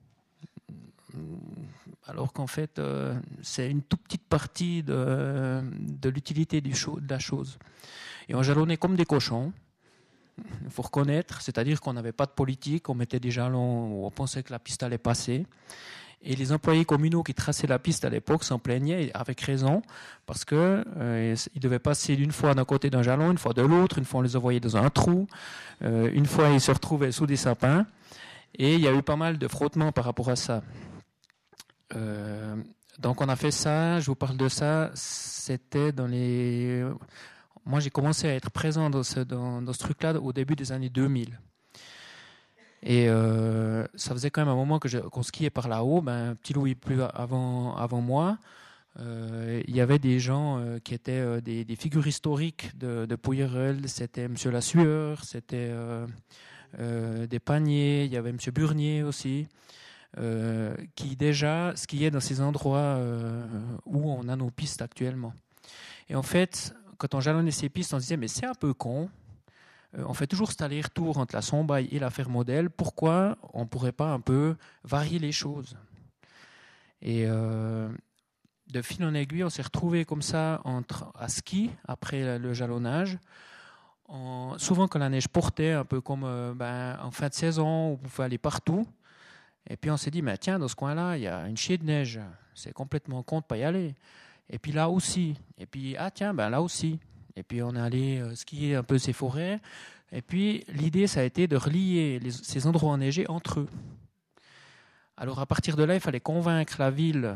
Alors qu'en fait, euh, c'est une toute petite partie de, de l'utilité du cho- de la chose. Et on jalonnait comme des cochons, il faut reconnaître, c'est-à-dire qu'on n'avait pas de politique, on mettait des jalons où on pensait que la piste allait passer. Et les employés communaux qui traçaient la piste à l'époque s'en plaignaient, avec raison, parce qu'ils euh, devaient passer d'une fois d'un côté d'un jalon, une fois de l'autre, une fois on les envoyait dans un trou, euh, une fois ils se retrouvaient sous des sapins, et il y a eu pas mal de frottements par rapport à ça. Euh, donc on a fait ça, je vous parle de ça, c'était dans les... Moi j'ai commencé à être présent dans ce, dans, dans ce truc-là au début des années deux mille. Et euh, ça faisait quand même un moment que je, qu'on skiait par là-haut, ben, Petit Louis plus avant, avant moi. Euh, il y avait des gens euh, qui étaient euh, des, des figures historiques de, de Pouillerel, c'était Monsieur Lassueur, c'était euh, euh, des Paniers, il y avait Monsieur Burnier aussi. Euh, qui déjà skiait dans ces endroits euh, où on a nos pistes actuellement. Et en fait, quand on jalonnait ces pistes, on se disait mais c'est un peu con, euh, on fait toujours cet aller-retour entre la Sombaille et la ferme modèle, pourquoi on ne pourrait pas un peu varier les choses? Et euh, de fil en aiguille, on s'est retrouvé comme ça entre, à ski, après le jalonnage, en, souvent quand la neige portait, un peu comme euh, ben, en fin de saison, où on pouvait aller partout. Et puis on s'est dit, mais tiens, dans ce coin-là, il y a une chier de neige. C'est complètement con de ne pas y aller. Et puis là aussi. Et puis, ah tiens, ben là aussi. Et puis on est allé euh, skier un peu ces forêts. Et puis l'idée, ça a été de relier les, ces endroits enneigés entre eux. Alors à partir de là, il fallait convaincre la ville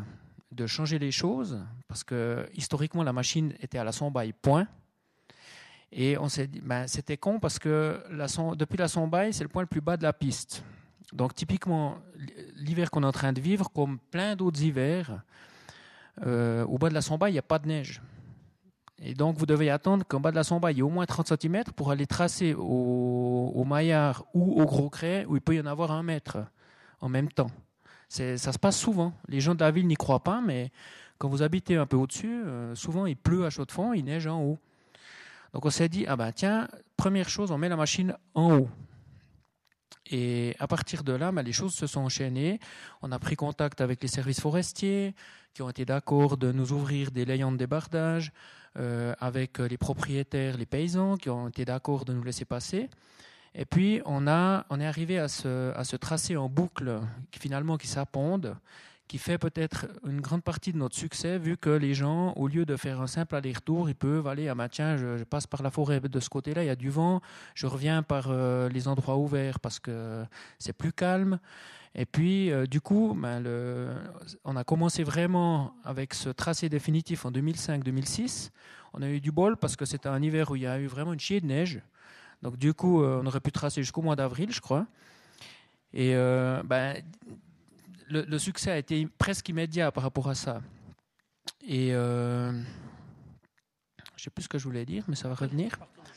de changer les choses, parce que historiquement, la machine était à la Sombaille, point. Et on s'est dit, ben, c'était con parce que la, depuis la Sombaille, c'est le point le plus bas de la piste. Donc typiquement, l'hiver qu'on est en train de vivre, comme plein d'autres hivers, euh, au bas de la Sombaille, il n'y a pas de neige. Et donc vous devez attendre qu'en bas de la Sombaille, il y ait au moins trente centimètres pour aller tracer au, au Maillard ou au Gros Cray, où il peut y en avoir un mètre en même temps. C'est, ça se passe souvent. Les gens de la ville n'y croient pas, mais quand vous habitez un peu au-dessus, euh, souvent il pleut à Chaux-de-Fonds, il neige en haut. Donc on s'est dit, ah ben tiens, première chose, on met la machine en haut. Et à partir de là, ben, les choses se sont enchaînées. On a pris contact avec les services forestiers qui ont été d'accord de nous ouvrir des layants de débardage, euh, avec les propriétaires, les paysans qui ont été d'accord de nous laisser passer. Et puis on, a, on est arrivé à ce, à ce tracé en boucle qui, finalement qui s'apponde, qui fait peut-être une grande partie de notre succès, vu que les gens, au lieu de faire un simple aller-retour, ils peuvent aller, ah ben tiens, je, je passe par la forêt de ce côté-là, il y a du vent, je reviens par euh, les endroits ouverts parce que c'est plus calme. Et puis, euh, du coup, ben, le, on a commencé vraiment avec ce tracé définitif en deux mille cinq deux mille six. On a eu du bol parce que c'était un hiver où il y a eu vraiment une chier de neige. Donc du coup, euh, on aurait pu tracer jusqu'au mois d'avril, je crois. Et euh, ben... Le, le succès a été presque immédiat par rapport à ça. Et euh, je ne sais plus ce que je voulais dire, mais ça va revenir.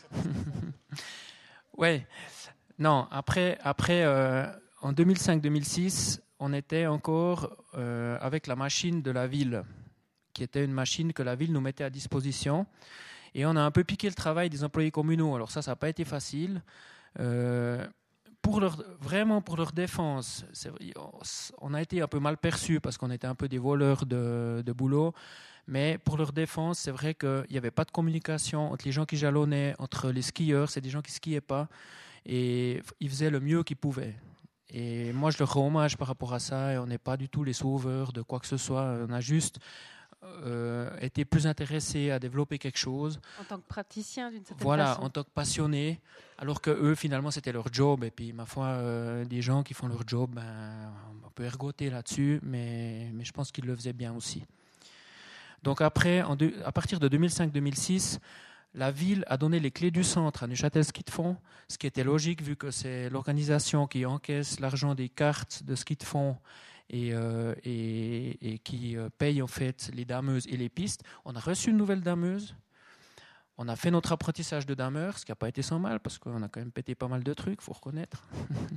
Ouais. Non, après, après euh, en deux mille cinq deux mille six, on était encore euh, avec la machine de la ville, qui était une machine que la ville nous mettait à disposition. Et on a un peu piqué le travail des employés communaux. Alors ça, ça n'a pas été facile. Euh, Pour leur, vraiment pour leur défense, c'est, on a été un peu mal perçus parce qu'on était un peu des voleurs de, de boulot, mais pour leur défense, c'est vrai qu'il n'y avait pas de communication entre les gens qui jalonnaient, entre les skieurs, c'est des gens qui ne skiaient pas, et ils faisaient le mieux qu'ils pouvaient. Et moi, je leur rends hommage par rapport à ça, et on n'est pas du tout les sauveurs de quoi que ce soit, on a juste euh, été plus intéressés à développer quelque chose. En tant que praticien, d'une certaine voilà, façon. Voilà, en tant que passionné, alors que eux, finalement, c'était leur job. Et puis, ma foi, euh, des gens qui font leur job, ben, on peut ergoter là-dessus, mais, mais je pense qu'ils le faisaient bien aussi. Donc après, en deux, à partir de deux mille cinq deux mille six, la ville a donné les clés du centre à Neuchâtel Ski de Fond, ce qui était logique vu que c'est l'organisation qui encaisse l'argent des cartes de ski de fond et, euh, et, et qui euh, paye en fait les dameuses et les pistes. On a reçu une nouvelle dameuse. On a fait notre apprentissage de dameur, ce qui n'a pas été sans mal, parce qu'on a quand même pété pas mal de trucs, il faut reconnaître.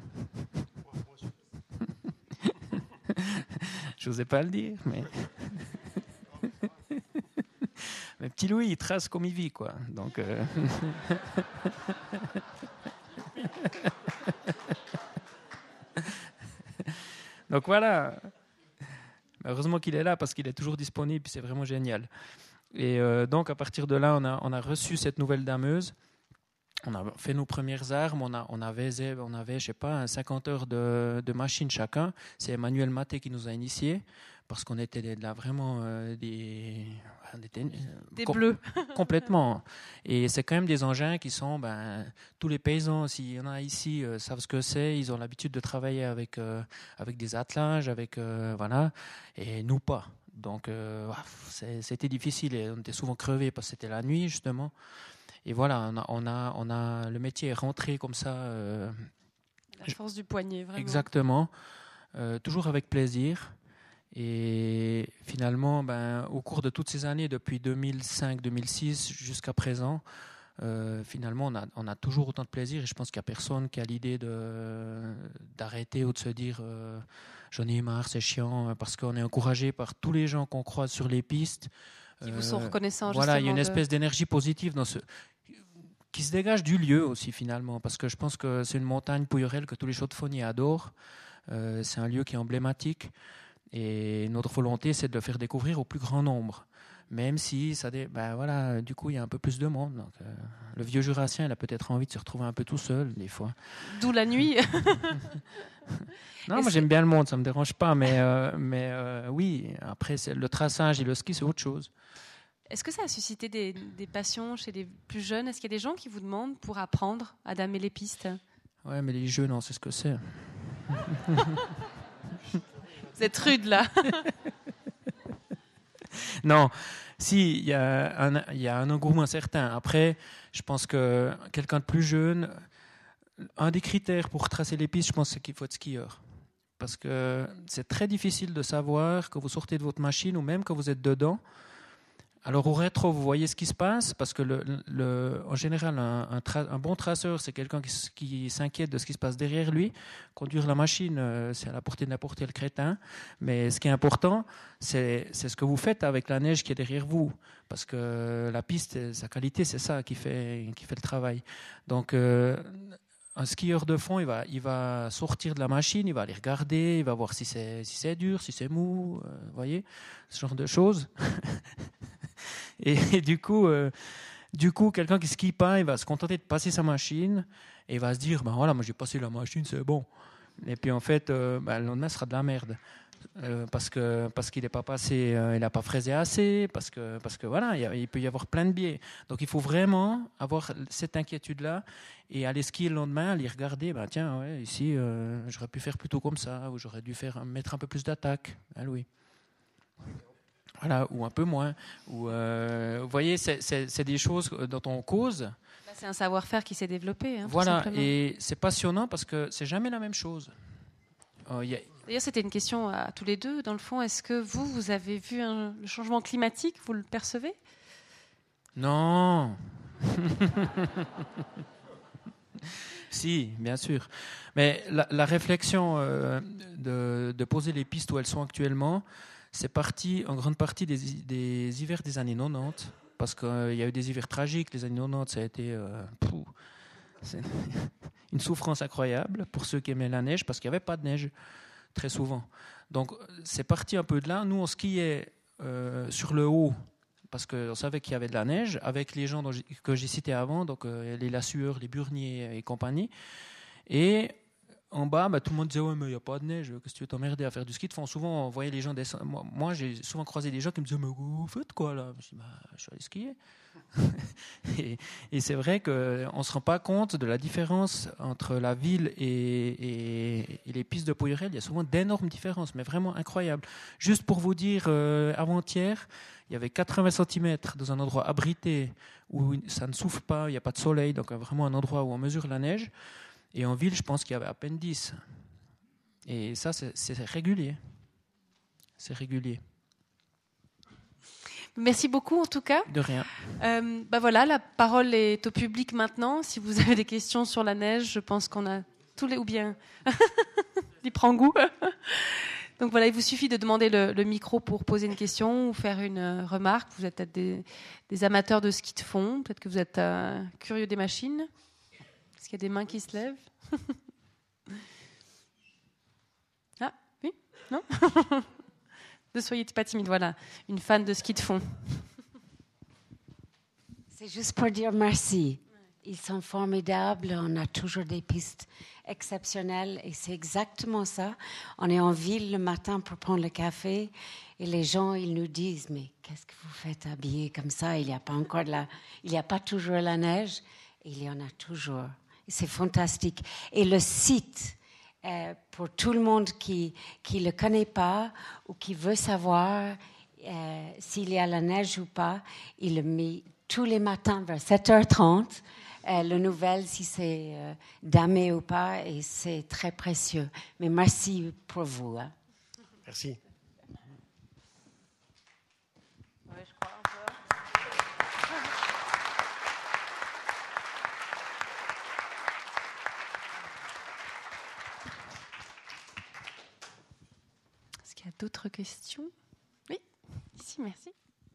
Je n'osais pas le dire, mais... mais petit Louis, il trace comme il vit, quoi. Donc... Euh... Donc voilà. Heureusement qu'il est là, parce qu'il est toujours disponible, puis c'est vraiment génial. Et euh, donc, à partir de là, on a, on a reçu cette nouvelle dameuse. On a fait nos premières armes. On, a, on avait, on avait, je sais pas, cinquante heures de, de machine chacun. C'est Emmanuel Maté qui nous a initiés, parce qu'on était là vraiment euh, des... On était, des com- bleus. Complètement. Et c'est quand même des engins qui sont... Ben, tous les paysans, s'il y en a ici, euh, savent ce que c'est. Ils ont l'habitude de travailler avec, euh, avec des attelages, avec... Euh, voilà. Et nous, pas. Donc, euh, c'est, c'était difficile et on était souvent crevés parce que c'était la nuit, justement. Et voilà, on a, on a, on a, le métier est rentré comme ça. Euh, la force du poignet, vraiment. Exactement. Euh, toujours avec plaisir. Et finalement, ben, au cours de toutes ces années, depuis deux mille cinq deux mille six jusqu'à présent, euh, finalement, on a, on a toujours autant de plaisir. Et je pense qu'il n'y a personne qui a l'idée de, d'arrêter ou de se dire... Euh, j'en ai marre, c'est chiant, parce qu'on est encouragé par tous les gens qu'on croise sur les pistes. Qui vous sont reconnaissants, justement. Voilà, il y a une de... espèce d'énergie positive dans ce... qui se dégage du lieu aussi, finalement, parce que je pense que c'est une montagne pouillerelle que tous les chaux-de-fonniers adorent. Euh, c'est un lieu qui est emblématique, et notre volonté, c'est de le faire découvrir au plus grand nombre. Même si, ça dé... ben voilà, du coup, il y a un peu plus de monde. Donc, euh, le vieux jurassien, il a peut-être envie de se retrouver un peu tout seul, des fois. D'où la nuit. Non, et moi c'est... j'aime bien le monde, ça ne me dérange pas, mais, euh, mais euh, oui, après c'est le traçage et le ski, c'est autre chose. Est-ce que ça a suscité des, des passions chez les plus jeunes ? Est-ce qu'il y a des gens qui vous demandent pour apprendre à damer les pistes ? Ouais, mais les jeunes, on sait ce que c'est. Vous êtes rude là. Non, si, il y, a un- il y a un engouement certain. Après, je pense que quelqu'un de plus jeune, un des critères pour tracer les pistes, je pense, c'est qu'il faut être skieur. Parce que c'est très difficile de savoir quand vous sortez de votre machine ou même quand vous êtes dedans. Alors au rétro, vous voyez ce qui se passe, parce que le, le, en général, un, un, tra- un bon traceur, c'est quelqu'un qui, s- qui s'inquiète de ce qui se passe derrière lui. Conduire la machine, euh, c'est à la portée de n'importe quel crétin. Mais ce qui est important, c'est, c'est ce que vous faites avec la neige qui est derrière vous. Parce que la piste, sa qualité, c'est ça qui fait, qui fait le travail. Donc, euh, un skieur de fond, il va, il va sortir de la machine, il va aller regarder, il va voir si c'est, si c'est dur, si c'est mou, euh, vous voyez, ce genre de choses. Et, et du coup, euh, du coup, quelqu'un qui skie pas, il va se contenter de passer sa machine et il va se dire, ben voilà, moi j'ai passé la machine, c'est bon. Et puis en fait, euh, ben, le lendemain, ce sera de la merde. Euh, parce que parce qu'il n'est pas passé, euh, il n'a pas fraisé assez, parce que parce que voilà, il, y a, il peut y avoir plein de biais. Donc il faut vraiment avoir cette inquiétude-là et aller skier le lendemain, aller regarder, ben tiens, ouais, ici euh, j'aurais pu faire plutôt comme ça, ou j'aurais dû faire mettre un peu plus d'attaque. Ah oui. Voilà, ou un peu moins. Ou, euh, vous voyez, c'est, c'est, c'est des choses dont on cause. Bah, c'est un savoir-faire qui s'est développé. Hein, tout Voilà, simplement. et c'est passionnant parce que c'est jamais la même chose. Euh, y a... D'ailleurs, c'était une question à tous les deux. Dans le fond, est-ce que vous, vous avez vu un, le changement climatique? Vous le percevez? Non. Si, bien sûr. Mais la, la réflexion euh, de, de poser les pistes où elles sont actuellement, c'est parti en grande partie des, des hivers des années quatre-vingt-dix, parce qu'il euh, y a eu des hivers tragiques. Les années quatre-vingt-dix, ça a été euh, pou, c'est une souffrance incroyable pour ceux qui aimaient la neige, parce qu'il n'y avait pas de neige très souvent. Donc c'est parti un peu de là. Nous, on skiait euh, sur le haut, parce qu'on savait qu'il y avait de la neige, avec les gens dont j'ai, que j'ai cités avant, donc euh, les Lassueurs, les Burniers et compagnie. Et en bas, bah, tout le monde disait « Ouais, mais il n'y a pas de neige, qu'est-ce que tu veux t'emmerder à faire du ski ?» De fond, souvent, on voyait les gens descendre. Moi, moi, j'ai souvent croisé des gens qui me disaient « Mais vous faites quoi là ?» Je dis bah, « Je suis allé skier. » et, et c'est vrai qu'on ne se rend pas compte de la différence entre la ville et, et, et les pistes de Pouillerel. Il y a souvent d'énormes différences, mais vraiment incroyables. Juste pour vous dire, euh, avant-hier, il y avait quatre-vingts centimètres dans un endroit abrité où ça ne souffle pas, il n'y a pas de soleil, donc vraiment un endroit où on mesure la neige. Et en ville, je pense qu'il y avait à peine dix. Et ça, c'est, c'est régulier. C'est régulier. Merci beaucoup en tout cas. De rien. Euh, bah voilà, la parole est au public maintenant. Si vous avez des questions sur la neige, je pense qu'on a tous les... Ou bien, il prend goût. Donc voilà, il vous suffit de demander le, le micro pour poser une question ou faire une euh, remarque. Vous êtes peut-être des, des amateurs de ski de fond, peut-être que vous êtes euh, curieux des machines. Est-ce qu'il y a des mains qui se lèvent? Ah, oui? Non? Ne soyez pas timide, voilà, une fan de ski de fond. C'est juste pour dire merci. Ils sont formidables, on a toujours des pistes exceptionnelles et c'est exactement ça. On est en ville le matin pour prendre le café et les gens, ils nous disent « Mais qu'est-ce que vous faites habillés comme ça? Il n'y a pas encore de la... Il n'y a pas toujours la neige. » Il y en a toujours. C'est fantastique. Et le site... Euh, pour tout le monde qui ne le connaît pas ou qui veut savoir euh, s'il y a la neige ou pas, il le met tous les matins vers sept heures trente, euh, le nouvelle si c'est euh, damé ou pas, et c'est très précieux. Mais merci pour vous. Hein. Merci. Ouais, je crois un peu. Est-ce qu'il y a d'autres questions? Oui, ici, merci.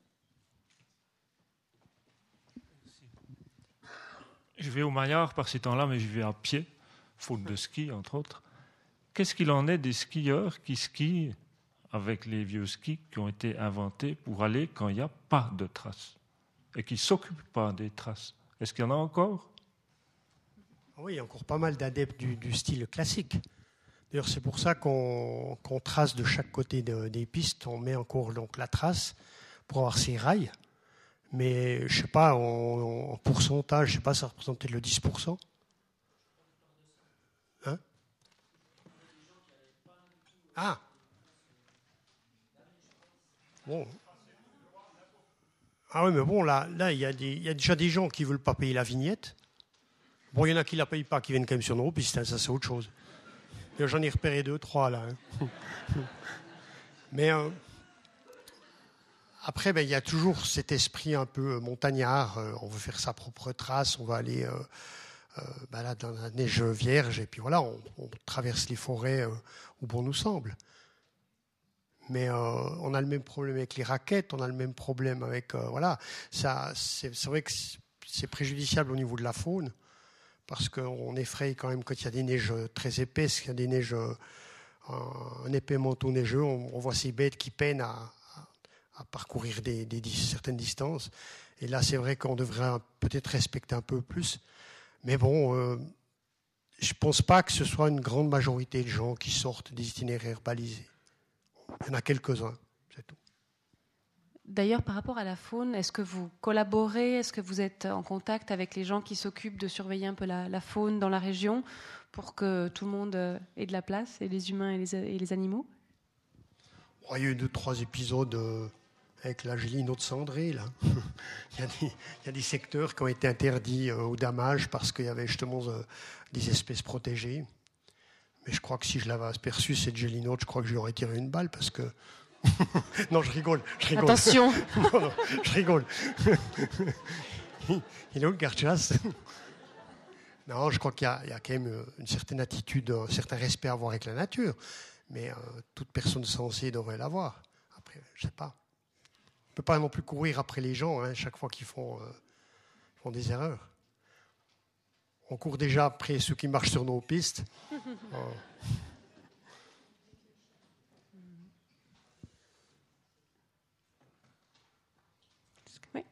Je vais au Maillard par ces temps-là, mais je vais à pied, faute de ski, entre autres. Qu'est-ce qu'il en est des skieurs qui skient avec les vieux skis qui ont été inventés pour aller quand il n'y a pas de traces et qui ne s'occupent pas des traces? Est-ce qu'il y en a encore? Oui, il y a encore pas mal d'adeptes du, du style classique. D'ailleurs, c'est pour ça qu'on, qu'on trace de chaque côté de, des pistes, on met encore donc, la trace pour avoir ces rails. Mais je ne sais pas, en, en pourcentage, je ne sais pas, ça représentait le dix pour cent. Hein? Ah. Bon. Ah oui, mais bon, là, là, il y a des, il y a déjà des gens qui veulent pas payer la vignette. Bon, il y en a qui la payent pas, qui viennent quand même sur nos pistes, hein, ça c'est autre chose. Et j'en ai repéré deux, trois là. Hein. Mais euh, après, ben, il y a toujours cet esprit un peu montagnard. Euh, on veut faire sa propre trace, on va aller euh, euh, ben là, dans la neige vierge, et puis voilà, on, on traverse les forêts euh, où bon nous semble. Mais euh, on a le même problème avec les raquettes, on a le même problème avec... Euh, voilà, ça, c'est, c'est vrai que c'est préjudiciable au niveau de la faune, parce qu'on effraie quand même quand il y a des neiges très épaisses, qu'il y a des neiges, un épais manteau neigeux, on, on voit ces bêtes qui peinent à, à, à parcourir des, des, des, certaines distances. Et là, c'est vrai qu'on devrait peut-être respecter un peu plus. Mais bon, euh, je ne pense pas que ce soit une grande majorité de gens qui sortent des itinéraires balisés. Il y en a quelques-uns, c'est tout. D'ailleurs, par rapport à la faune, est-ce que vous collaborez, est-ce que vous êtes en contact avec les gens qui s'occupent de surveiller un peu la, la faune dans la région pour que tout le monde ait de la place, et les humains et les, et les animaux? Oh, il y a eu deux, trois épisodes euh, avec la Gélineau de Cendré, là. il, y a des, il y a des secteurs qui ont été interdits euh, au damage parce qu'il y avait justement euh, des espèces protégées. Mais je crois que si je l'avais aperçu, cette Gélineau, je crois que je lui aurais tiré une balle parce que... non, je rigole, je rigole. Attention. non, non, je rigole. Il est où le garde-chasse? Non, je crois qu'il y a, il y a quand même une certaine attitude, un certain respect à avoir avec la nature. Mais euh, toute personne sensée devrait l'avoir. Après, je ne sais pas. On ne peut pas non plus courir après les gens, hein, chaque fois qu'ils font, euh, font des erreurs. On court déjà après ceux qui marchent sur nos pistes. Oh. Oui.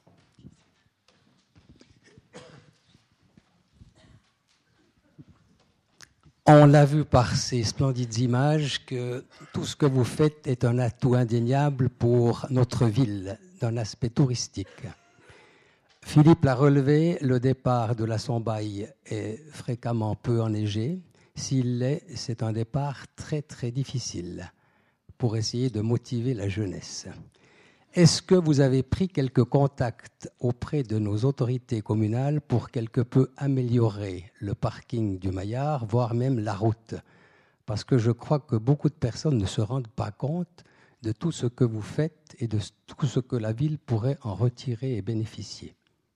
On l'a vu par ces splendides images que tout ce que vous faites est un atout indéniable pour notre ville, d'un aspect touristique. Philippe l'a relevé, le départ de la Sombaille est fréquemment peu enneigé. S'il l'est, c'est un départ très très difficile pour essayer de motiver la jeunesse. Est-ce que vous avez pris quelques contacts auprès de nos autorités communales pour quelque peu améliorer le parking du Maillard, voire même la route? Parce que je crois que beaucoup de personnes ne se rendent pas compte de tout ce que vous faites et de tout ce que la ville pourrait en retirer et bénéficier.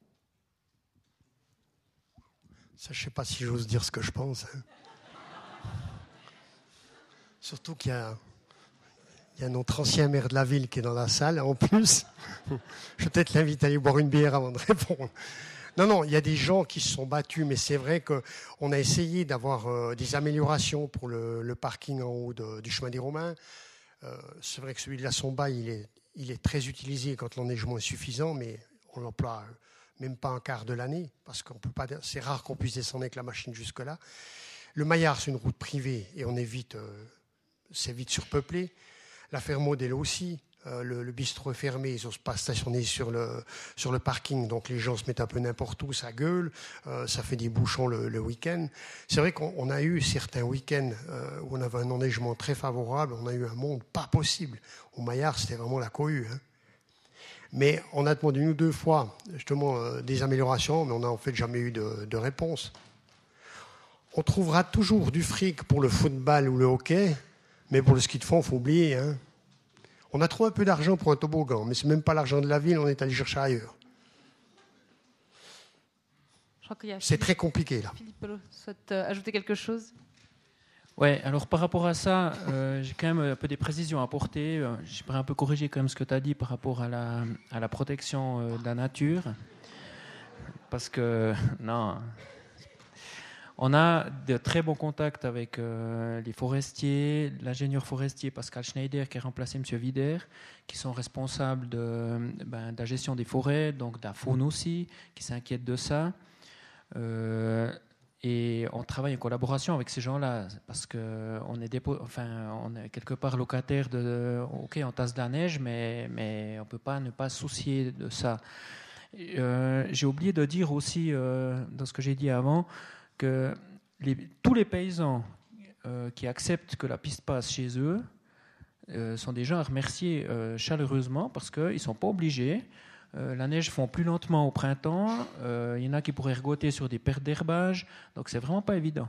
Ça, je ne sais pas si j'ose dire ce que je pense. Hein. Surtout qu'il y a... Il y a notre ancien maire de la ville qui est dans la salle, en plus. Je vais peut-être l'inviter à aller boire une bière avant de répondre. Non, non, il y a des gens qui se sont battus, mais c'est vrai qu'on a essayé d'avoir euh, des améliorations pour le, le parking en haut de, du chemin des Romains. Euh, c'est vrai que celui de la Sombaille, il est, il est très utilisé quand l'enneigement est suffisant, mais on l'emploie même pas un quart de l'année, parce qu'on peut pas. C'est rare qu'on puisse descendre avec la machine jusque-là. Le Maillard, c'est une route privée, et on est vite, euh, c'est vite surpeuplé. La Fermaude, elle aussi, euh, le, le bistrot est fermé, ils n'osent pas stationner sur le, sur le parking, donc les gens se mettent un peu n'importe où, ça gueule, euh, ça fait des bouchons le, le week-end. C'est vrai qu'on a eu certains week-ends euh, où on avait un enneigement très favorable, on a eu un monde pas possible. Au Maillard, c'était vraiment la cohue. Hein. Mais on a demandé une ou deux fois, justement, euh, des améliorations, mais on n'a en fait jamais eu de, de réponse. On trouvera toujours du fric pour le football ou le hockey, mais pour le ski de fond, il faut oublier. Hein. On a trouvé un peu d'argent pour un toboggan, mais ce n'est même pas l'argent de la ville, on est allé chercher ailleurs. Je crois qu'il y a C'est Philippe, très compliqué, là. Philippe souhaite euh, ajouter quelque chose? Oui, alors par rapport à ça, euh, j'ai quand même un peu des précisions à apporter. Euh, J'aimerais un peu corriger quand même ce que tu as dit par rapport à la, à la protection euh, de la nature. Parce que, non... On a de très bons contacts avec euh, les forestiers, l'ingénieur forestier Pascal Schneider qui a remplacé M. Wider, qui sont responsables de, ben, de la gestion des forêts, donc de la faune aussi, qui s'inquiètent de ça. Euh, et on travaille en collaboration avec ces gens-là, parce qu'on est, dépo- enfin, on est quelque part locataire de... Ok, on tasse de la neige, mais, mais on ne peut pas ne pas se soucier de ça. Euh, j'ai oublié de dire aussi, euh, dans ce que j'ai dit avant, que les, tous les paysans euh, qui acceptent que la piste passe chez eux euh, sont des gens à remercier euh, chaleureusement parce qu'ils ne sont pas obligés. Euh, la neige fond plus lentement au printemps. Euh, il y en a qui pourraient ergoter sur des pertes d'herbage. Donc, c'est vraiment pas évident.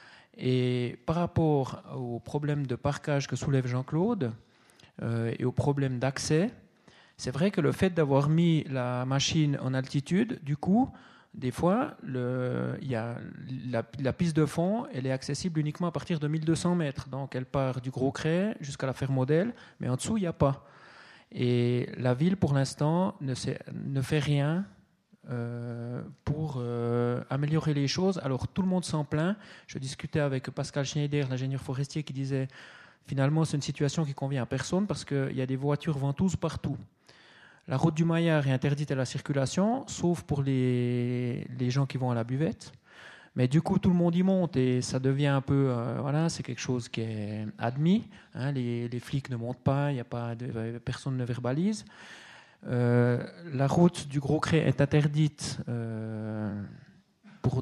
Et par rapport au problème de parquage que soulève Jean-Claude euh, et au problème d'accès, c'est vrai que le fait d'avoir mis la machine en altitude, du coup, des fois, le, il y a la, la piste de fond, elle est accessible uniquement à partir de mille deux cents mètres. Donc, elle part du Gros Cray jusqu'à la Ferme Modèle, mais en dessous, il n'y a pas. Et la ville, pour l'instant, ne, sait, ne fait rien euh, pour euh, améliorer les choses. Alors, tout le monde s'en plaint. Je discutais avec Pascal Schneider, l'ingénieur forestier, qui disait finalement, c'est une situation qui convient à personne parce qu'il y a des voitures ventouses partout. La route du Maillard est interdite à la circulation, sauf pour les, les gens qui vont à la buvette. Mais du coup, tout le monde y monte et ça devient un peu... Euh, voilà, c'est quelque chose qui est admis. Hein, les, les flics ne montent pas, y a pas de, personne ne verbalise. Euh, la route du Gros Cray est interdite euh, pour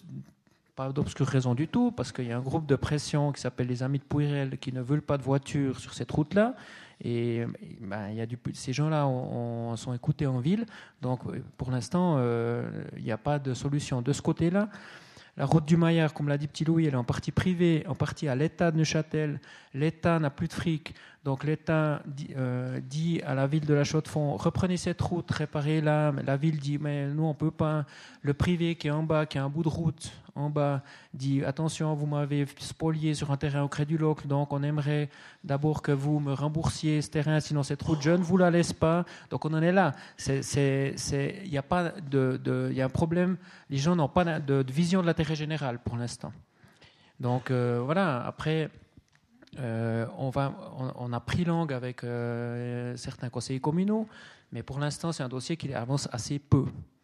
pas d'obscures raisons du tout, parce qu'il y a un groupe de pression qui s'appelle les Amis de Pouyrel qui ne veulent pas de voitures sur cette route-là. Et ben, il y a du, ces gens-là on, on sont écoutés en ville. Donc, pour l'instant, euh, il n'y a pas de solution de ce côté-là. La route du Maillard, comme l'a dit Petit Louis, elle est en partie privée, en partie à l'État de Neuchâtel. L'État n'a plus de fric. Donc l'État dit, euh, dit à la ville de La Chaux-de-Fonds, reprenez cette route, réparez-la. Mais la ville dit, mais nous on ne peut pas. Le privé qui est en bas, qui a un bout de route en bas, dit, attention, vous m'avez spolié sur un terrain au Cré du Locle, donc on aimerait d'abord que vous me remboursiez ce terrain, sinon cette route, je ne vous la laisse pas. Donc on en est là. Il y a pas de, de, y a un problème. Les gens n'ont pas de, de vision de l'intérêt général pour l'instant. Donc euh, voilà, après... Euh, on, va, on, on a pris langue avec euh, certains conseillers communaux, mais pour l'instant, c'est un dossier qui avance assez peu.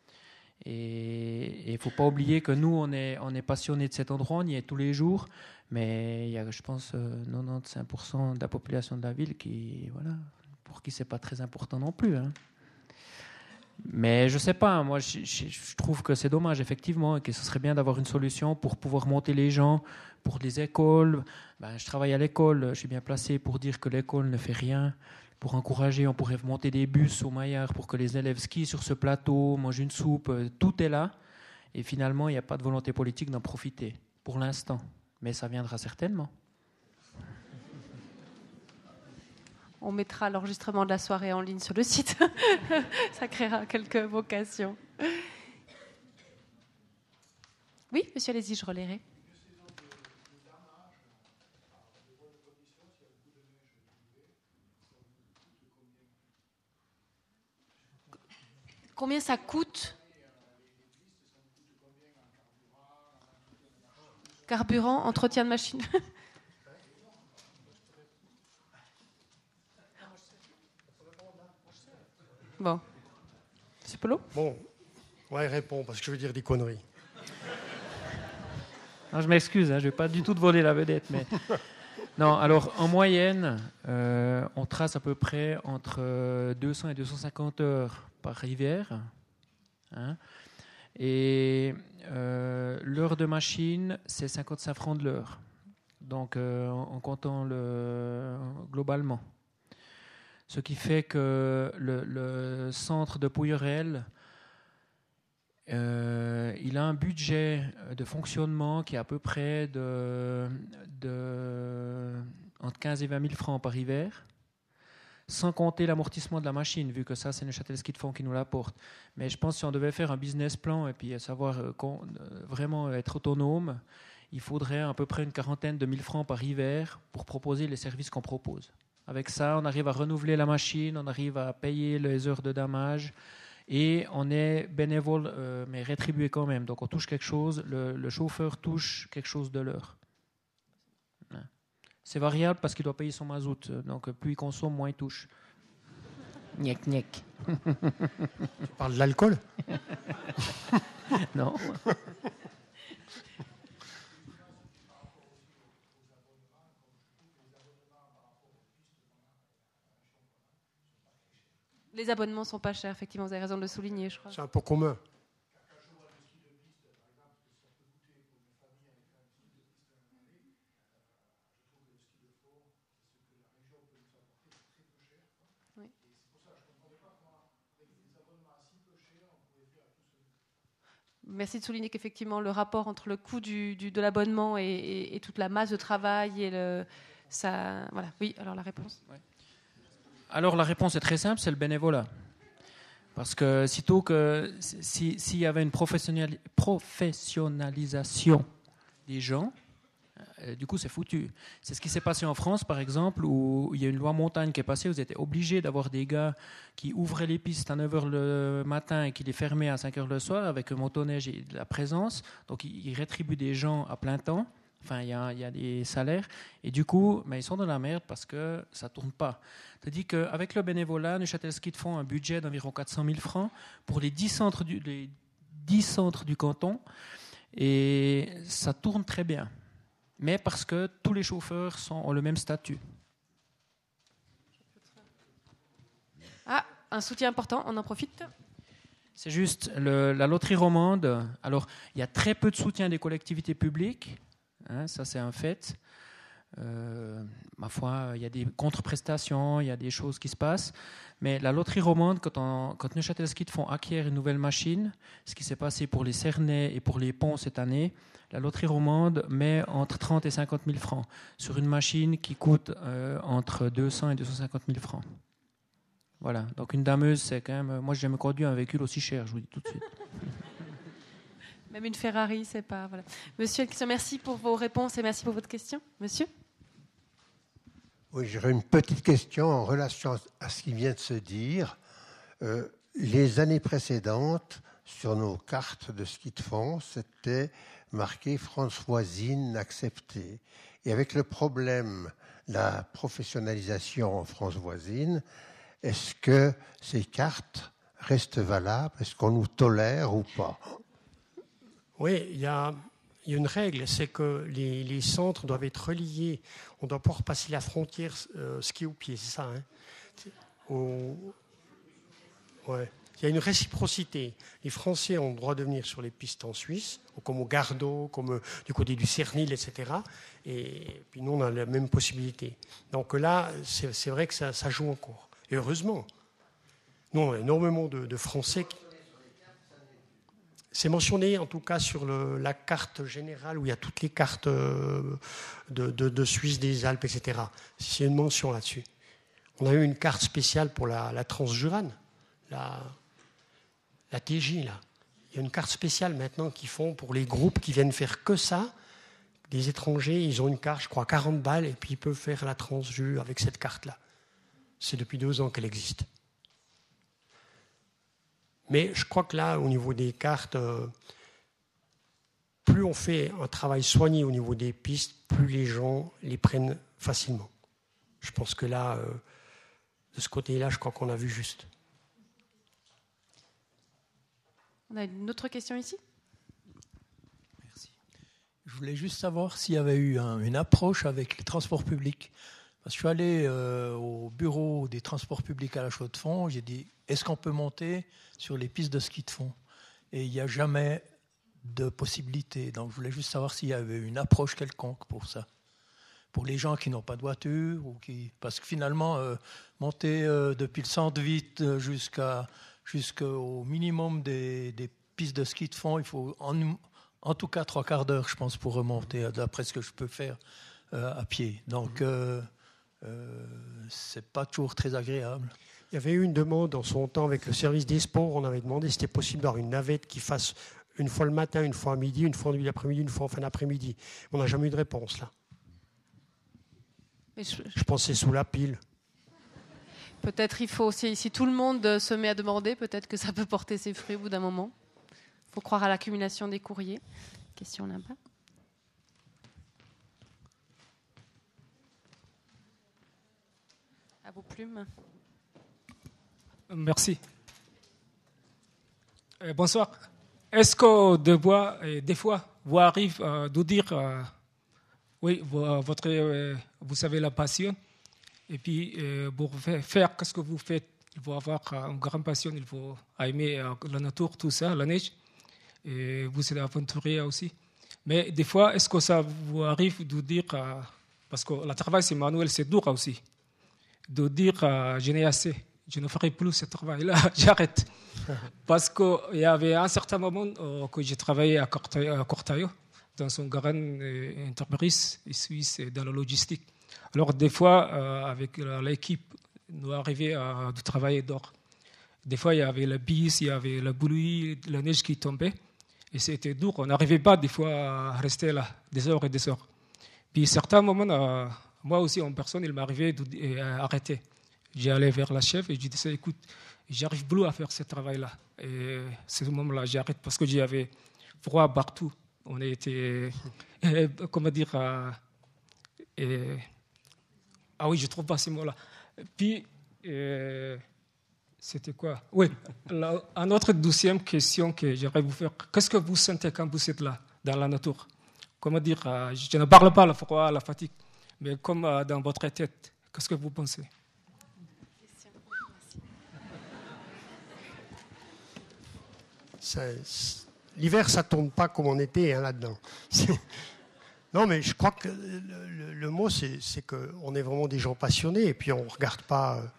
Et il ne faut pas oublier que nous, on est, on est passionnés de cet endroit, on y est tous les jours, mais il y a, je pense, euh, quatre-vingt-quinze pour cent de la population de la ville qui, voilà, pour qui ce n'est pas très important non plus. Hein. Mais je ne sais pas, moi je, je, je trouve que c'est dommage effectivement et que ce serait bien d'avoir une solution pour pouvoir monter les gens, pour les écoles. Ben, je travaille à l'école, je suis bien placé pour dire que l'école ne fait rien. Pour encourager, on pourrait monter des bus au Maillard pour que les élèves skient sur ce plateau, mangent une soupe, tout est là. Et finalement, il n'y a pas de volonté politique d'en profiter, pour l'instant. Mais ça viendra certainement. On mettra l'enregistrement de la soirée en ligne sur le site. Ça créera quelques vocations. Oui, monsieur, allez-y, je relayerai. Combien ça coûte ? Carburant, entretien de machine. Bon. C'est Polo ? Bon, ouais, réponds, parce que je veux dire des conneries. Non, je m'excuse, hein, je ne vais pas du tout te voler la vedette, mais... Non, alors, en moyenne, euh, on trace à peu près entre deux cents et deux cent cinquante heures par rivière. Hein, et euh, l'heure de machine, c'est cinquante-cinq francs de l'heure. Donc, euh, en, en comptant le, globalement. Ce qui fait que le, le centre de Pouyrel, euh, il a un budget de fonctionnement qui est à peu près de, de entre quinze et vingt mille francs par hiver, sans compter l'amortissement de la machine, vu que ça, c'est Neuchâtel Ski de Fond qui nous l'apporte. Mais je pense que si on devait faire un business plan et puis savoir euh, vraiment être autonome, il faudrait à peu près une quarantaine de mille francs par hiver pour proposer les services qu'on propose. Avec ça, on arrive à renouveler la machine, on arrive à payer les heures de damage et on est bénévole, euh, mais rétribué quand même. Donc on touche quelque chose, le, le chauffeur touche quelque chose de l'heure. C'est variable parce qu'il doit payer son mazout. Donc plus il consomme, moins il touche. Niek, niek. Tu parles de l'alcool ? Non. Les abonnements ne sont pas chers, effectivement, vous avez raison de le souligner, je crois. C'est un peu commun. Oui. Merci de souligner qu'effectivement, le rapport entre le coût du, du, de l'abonnement et, et, et toute la masse de travail et le... Ça, voilà. Oui, alors la réponse. Ouais. Alors la réponse est très simple, c'est le bénévolat. Parce que sitôt que s'il si y avait une professionnali- professionnalisation des gens, euh, du coup c'est foutu. C'est ce qui s'est passé en France par exemple, où il y a une loi montagne qui est passée, vous étiez obligé d'avoir des gars qui ouvraient les pistes à neuf heures le matin et qui les fermaient à cinq heures le soir avec un motoneige et de la présence. Donc ils rétribuent des gens à plein temps. Enfin, il y, y a des salaires. Et du coup, ben, ils sont dans la merde parce que ça ne tourne pas. C'est-à-dire qu'avec le bénévolat, Neuchâtel Ski de Fond a un budget d'environ quatre cent mille francs pour les dix centres du, les dix centres du canton. Et ça tourne très bien. Mais parce que tous les chauffeurs sont, ont le même statut. Ah, un soutien important, on en profite. C'est juste le, la loterie romande. Alors, il y a très peu de soutien des collectivités publiques. Hein, ça, c'est un fait. Euh, ma foi, il y a des contre-prestations, il y a des choses qui se passent. Mais la loterie romande, quand, on, quand Neuchâtel Ski de Fond acquiert une nouvelle machine, ce qui s'est passé pour les Cernay et pour les Ponts cette année, la loterie romande met entre trente et cinquante mille francs sur une machine qui coûte euh, entre deux cents et deux cent cinquante mille francs. Voilà. Donc une dameuse, c'est quand même... Moi, j'ai jamais conduit un véhicule aussi cher, je vous dis tout de suite. Même une Ferrari, c'est pas... Voilà. Monsieur Elkisson, merci pour vos réponses et merci pour votre question. Monsieur ? Oui, j'aurais une petite question en relation à ce qui vient de se dire. Euh, les années précédentes, sur nos cartes de ski de fond, c'était marqué France voisine acceptée. Et avec le problème de la professionnalisation en France voisine, est-ce que ces cartes restent valables ? Est-ce qu'on nous tolère ou pas ? Oui, il y a, il y a une règle, c'est que les, les centres doivent être reliés. On doit pouvoir passer la frontière euh, ski au pied, c'est ça, hein ? Au, ouais. Il y a une réciprocité. Les Français ont le droit de venir sur les pistes en Suisse, comme au Gardot, comme euh, du côté du Cernil, et cetera. Et puis nous, on a la même possibilité. Donc là, c'est, c'est vrai que ça, ça joue encore. Et heureusement. Nous, on a énormément de, de Français qui... C'est mentionné en tout cas sur le, la carte générale où il y a toutes les cartes de, de, de Suisse, des Alpes, et cetera. C'est une mention là-dessus. On a eu une carte spéciale pour la, la Transjurane, la, la T J, là. Il y a une carte spéciale maintenant qu'ils font pour les groupes qui viennent faire que ça. Des étrangers, ils ont une carte, je crois, quarante balles, et puis ils peuvent faire la Transju avec cette carte-là. C'est depuis deux ans qu'elle existe. Mais je crois que là, au niveau des cartes, euh, plus on fait un travail soigné au niveau des pistes, plus les gens les prennent facilement. Je pense que là, euh, de ce côté-là, je crois qu'on a vu juste. On a une autre question ici ? Merci. Je voulais juste savoir s'il y avait eu un, une approche avec les transports publics. Parce que je suis allé euh, au bureau des transports publics à la Chaux-de-Fonds, j'ai dit, est-ce qu'on peut monter sur les pistes de ski de fond ? Et il n'y a jamais de possibilité. Donc je voulais juste savoir s'il y avait une approche quelconque pour ça. Pour les gens qui n'ont pas de voiture, ou qui... parce que finalement, euh, monter euh, depuis le centre-ville jusqu'à, jusqu'au minimum des, des pistes de ski de fond, il faut en, en tout cas trois quarts d'heure, je pense, pour remonter, d'après ce que je peux faire euh, à pied. Donc... Euh, Euh, c'est pas toujours très agréable. Il y avait eu une demande en son temps avec le service des sports. On avait demandé si c'était possible d'avoir une navette qui fasse une fois le matin, une fois à midi, une fois en début d'après-midi, une fois en fin d'après-midi. On n'a jamais eu de réponse là. Mais je, je pense que c'est sous la pile. Peut-être il faut, si, si tout le monde se met à demander, peut-être que ça peut porter ses fruits au bout d'un moment. Il faut croire à l'accumulation des courriers. Question là-bas. À vos plumes. Merci. Euh, bonsoir. Est-ce que de voix, euh, des fois, vous arrivez euh, de dire, euh, oui, vous, votre, euh, vous avez la passion, et puis euh, pour faire ce que vous faites, il faut avoir euh, une grande passion, il faut aimer euh, la nature, tout ça, la neige, et vous êtes aventurier aussi. Mais des fois, est-ce que ça vous arrive de dire, euh, parce que le travail c'est manuel, c'est dur aussi, de dire euh, je n'ai assez, je ne ferai plus ce travail-là, j'arrête. Parce qu'il y avait un certain moment euh, que j'ai travaillé à Cortaio, dans une grande euh, entreprise suisse dans la logistique. Alors, des fois, euh, avec l'équipe, nous arrivions à, à travailler dehors. Des fois, il y avait la bise, il y avait la pluie, la neige qui tombait. Et c'était dur. On n'arrivait pas, des fois, à rester là, des heures et des heures. Puis, à certains moments, euh, moi aussi, en personne, il m'arrivait d'arrêter. J'ai allé vers la chef et je disais, écoute, j'arrive plus à faire ce travail-là. Et à ce moment-là, j'arrête parce que j'avais froid partout. On était, euh, comment dire, euh, euh, ah oui, je ne trouve pas ces mots-là. Puis, euh, c'était quoi? Oui, la, une autre douzième question que j'aimerais vous faire. Qu'est-ce que vous sentez quand vous êtes là, dans la nature? Comment dire, euh, je ne parle pas de la froid, la fatigue, mais comme euh, dans votre tête, qu'est-ce que vous pensez? Ça, l'hiver, ça ne tourne pas comme en été hein, là-dedans. Non, mais je crois que le, le, le mot, c'est, c'est qu'on est vraiment des gens passionnés et puis on ne regarde pas, euh,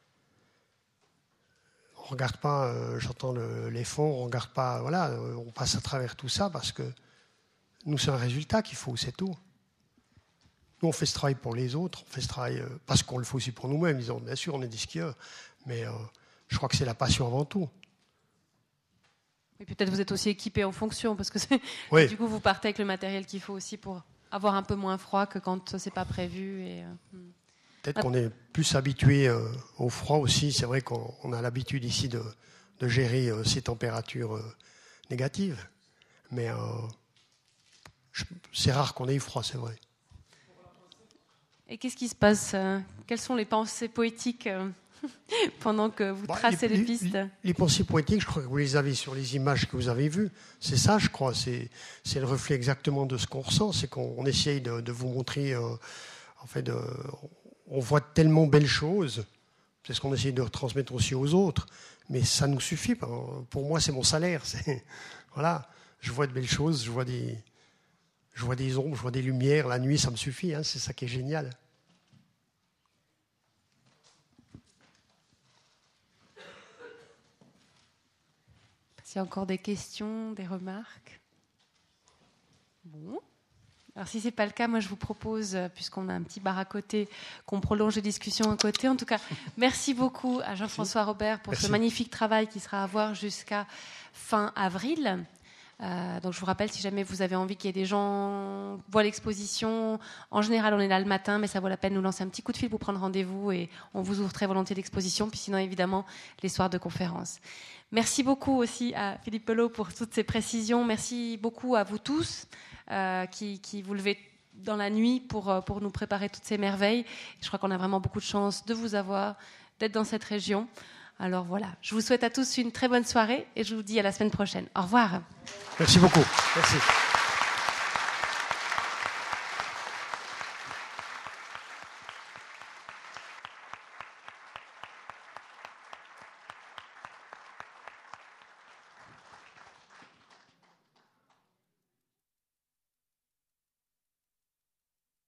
on regarde pas euh, j'entends le, les fonds, on ne regarde pas, voilà, on passe à travers tout ça parce que nous, c'est un résultat qu'il faut, c'est tout. Nous, on fait ce travail pour les autres, on fait ce travail euh, parce qu'on le fait aussi pour nous-mêmes. Disons, bien sûr, on est des skieurs, mais euh, je crois que c'est la passion avant tout. Et peut-être vous êtes aussi équipé en fonction, parce que c'est, oui. Du coup, vous partez avec le matériel qu'il faut aussi pour avoir un peu moins froid que quand c'est pas prévu. Et, euh, peut-être ah. qu'on est plus habitué euh, au froid aussi. C'est vrai qu'on on a l'habitude ici de, de gérer euh, ces températures euh, négatives. Mais euh, je, c'est rare qu'on ait eu froid, c'est vrai. Et qu'est-ce qui se passe euh, Quelles sont les pensées poétiques euh, pendant que vous tracez bah, les, les pistes? les, les pensées poétiques, je crois que vous les avez sur les images que vous avez vues. C'est ça, je crois. C'est, c'est le reflet exactement de ce qu'on ressent. C'est qu'on on essaye de, de vous montrer... Euh, en fait, de, on voit tellement belles choses. C'est ce qu'on essaye de retransmettre aussi aux autres. Mais ça nous suffit. Pour moi, c'est mon salaire. C'est, voilà. Je vois de belles choses. Je vois des, je vois des ombres, je vois des lumières. La nuit, ça me suffit. Hein, c'est ça qui est génial. S'il y a encore des questions, des remarques. Bon. Alors si ce n'est pas le cas, moi je vous propose, puisqu'on a un petit bar à côté, qu'on prolonge les discussions à côté. En tout cas, merci beaucoup à Jean-François Robert pour merci. ce magnifique travail qui sera à voir jusqu'à fin avril. Euh, donc je vous rappelle, si jamais vous avez envie qu'il y ait des gens voient l'exposition, en général on est là le matin, mais ça vaut la peine de nous lancer un petit coup de fil pour prendre rendez-vous et on vous ouvre très volontiers l'exposition, puis sinon évidemment les soirs de conférence. Merci beaucoup aussi à Philippe Pelot pour toutes ces précisions. Merci beaucoup à vous tous euh, qui, qui vous levez dans la nuit pour, pour nous préparer toutes ces merveilles. Je crois qu'on a vraiment beaucoup de chance de vous avoir, d'être dans cette région. Alors voilà, je vous souhaite à tous une très bonne soirée et je vous dis à la semaine prochaine. Au revoir. Merci beaucoup. Merci.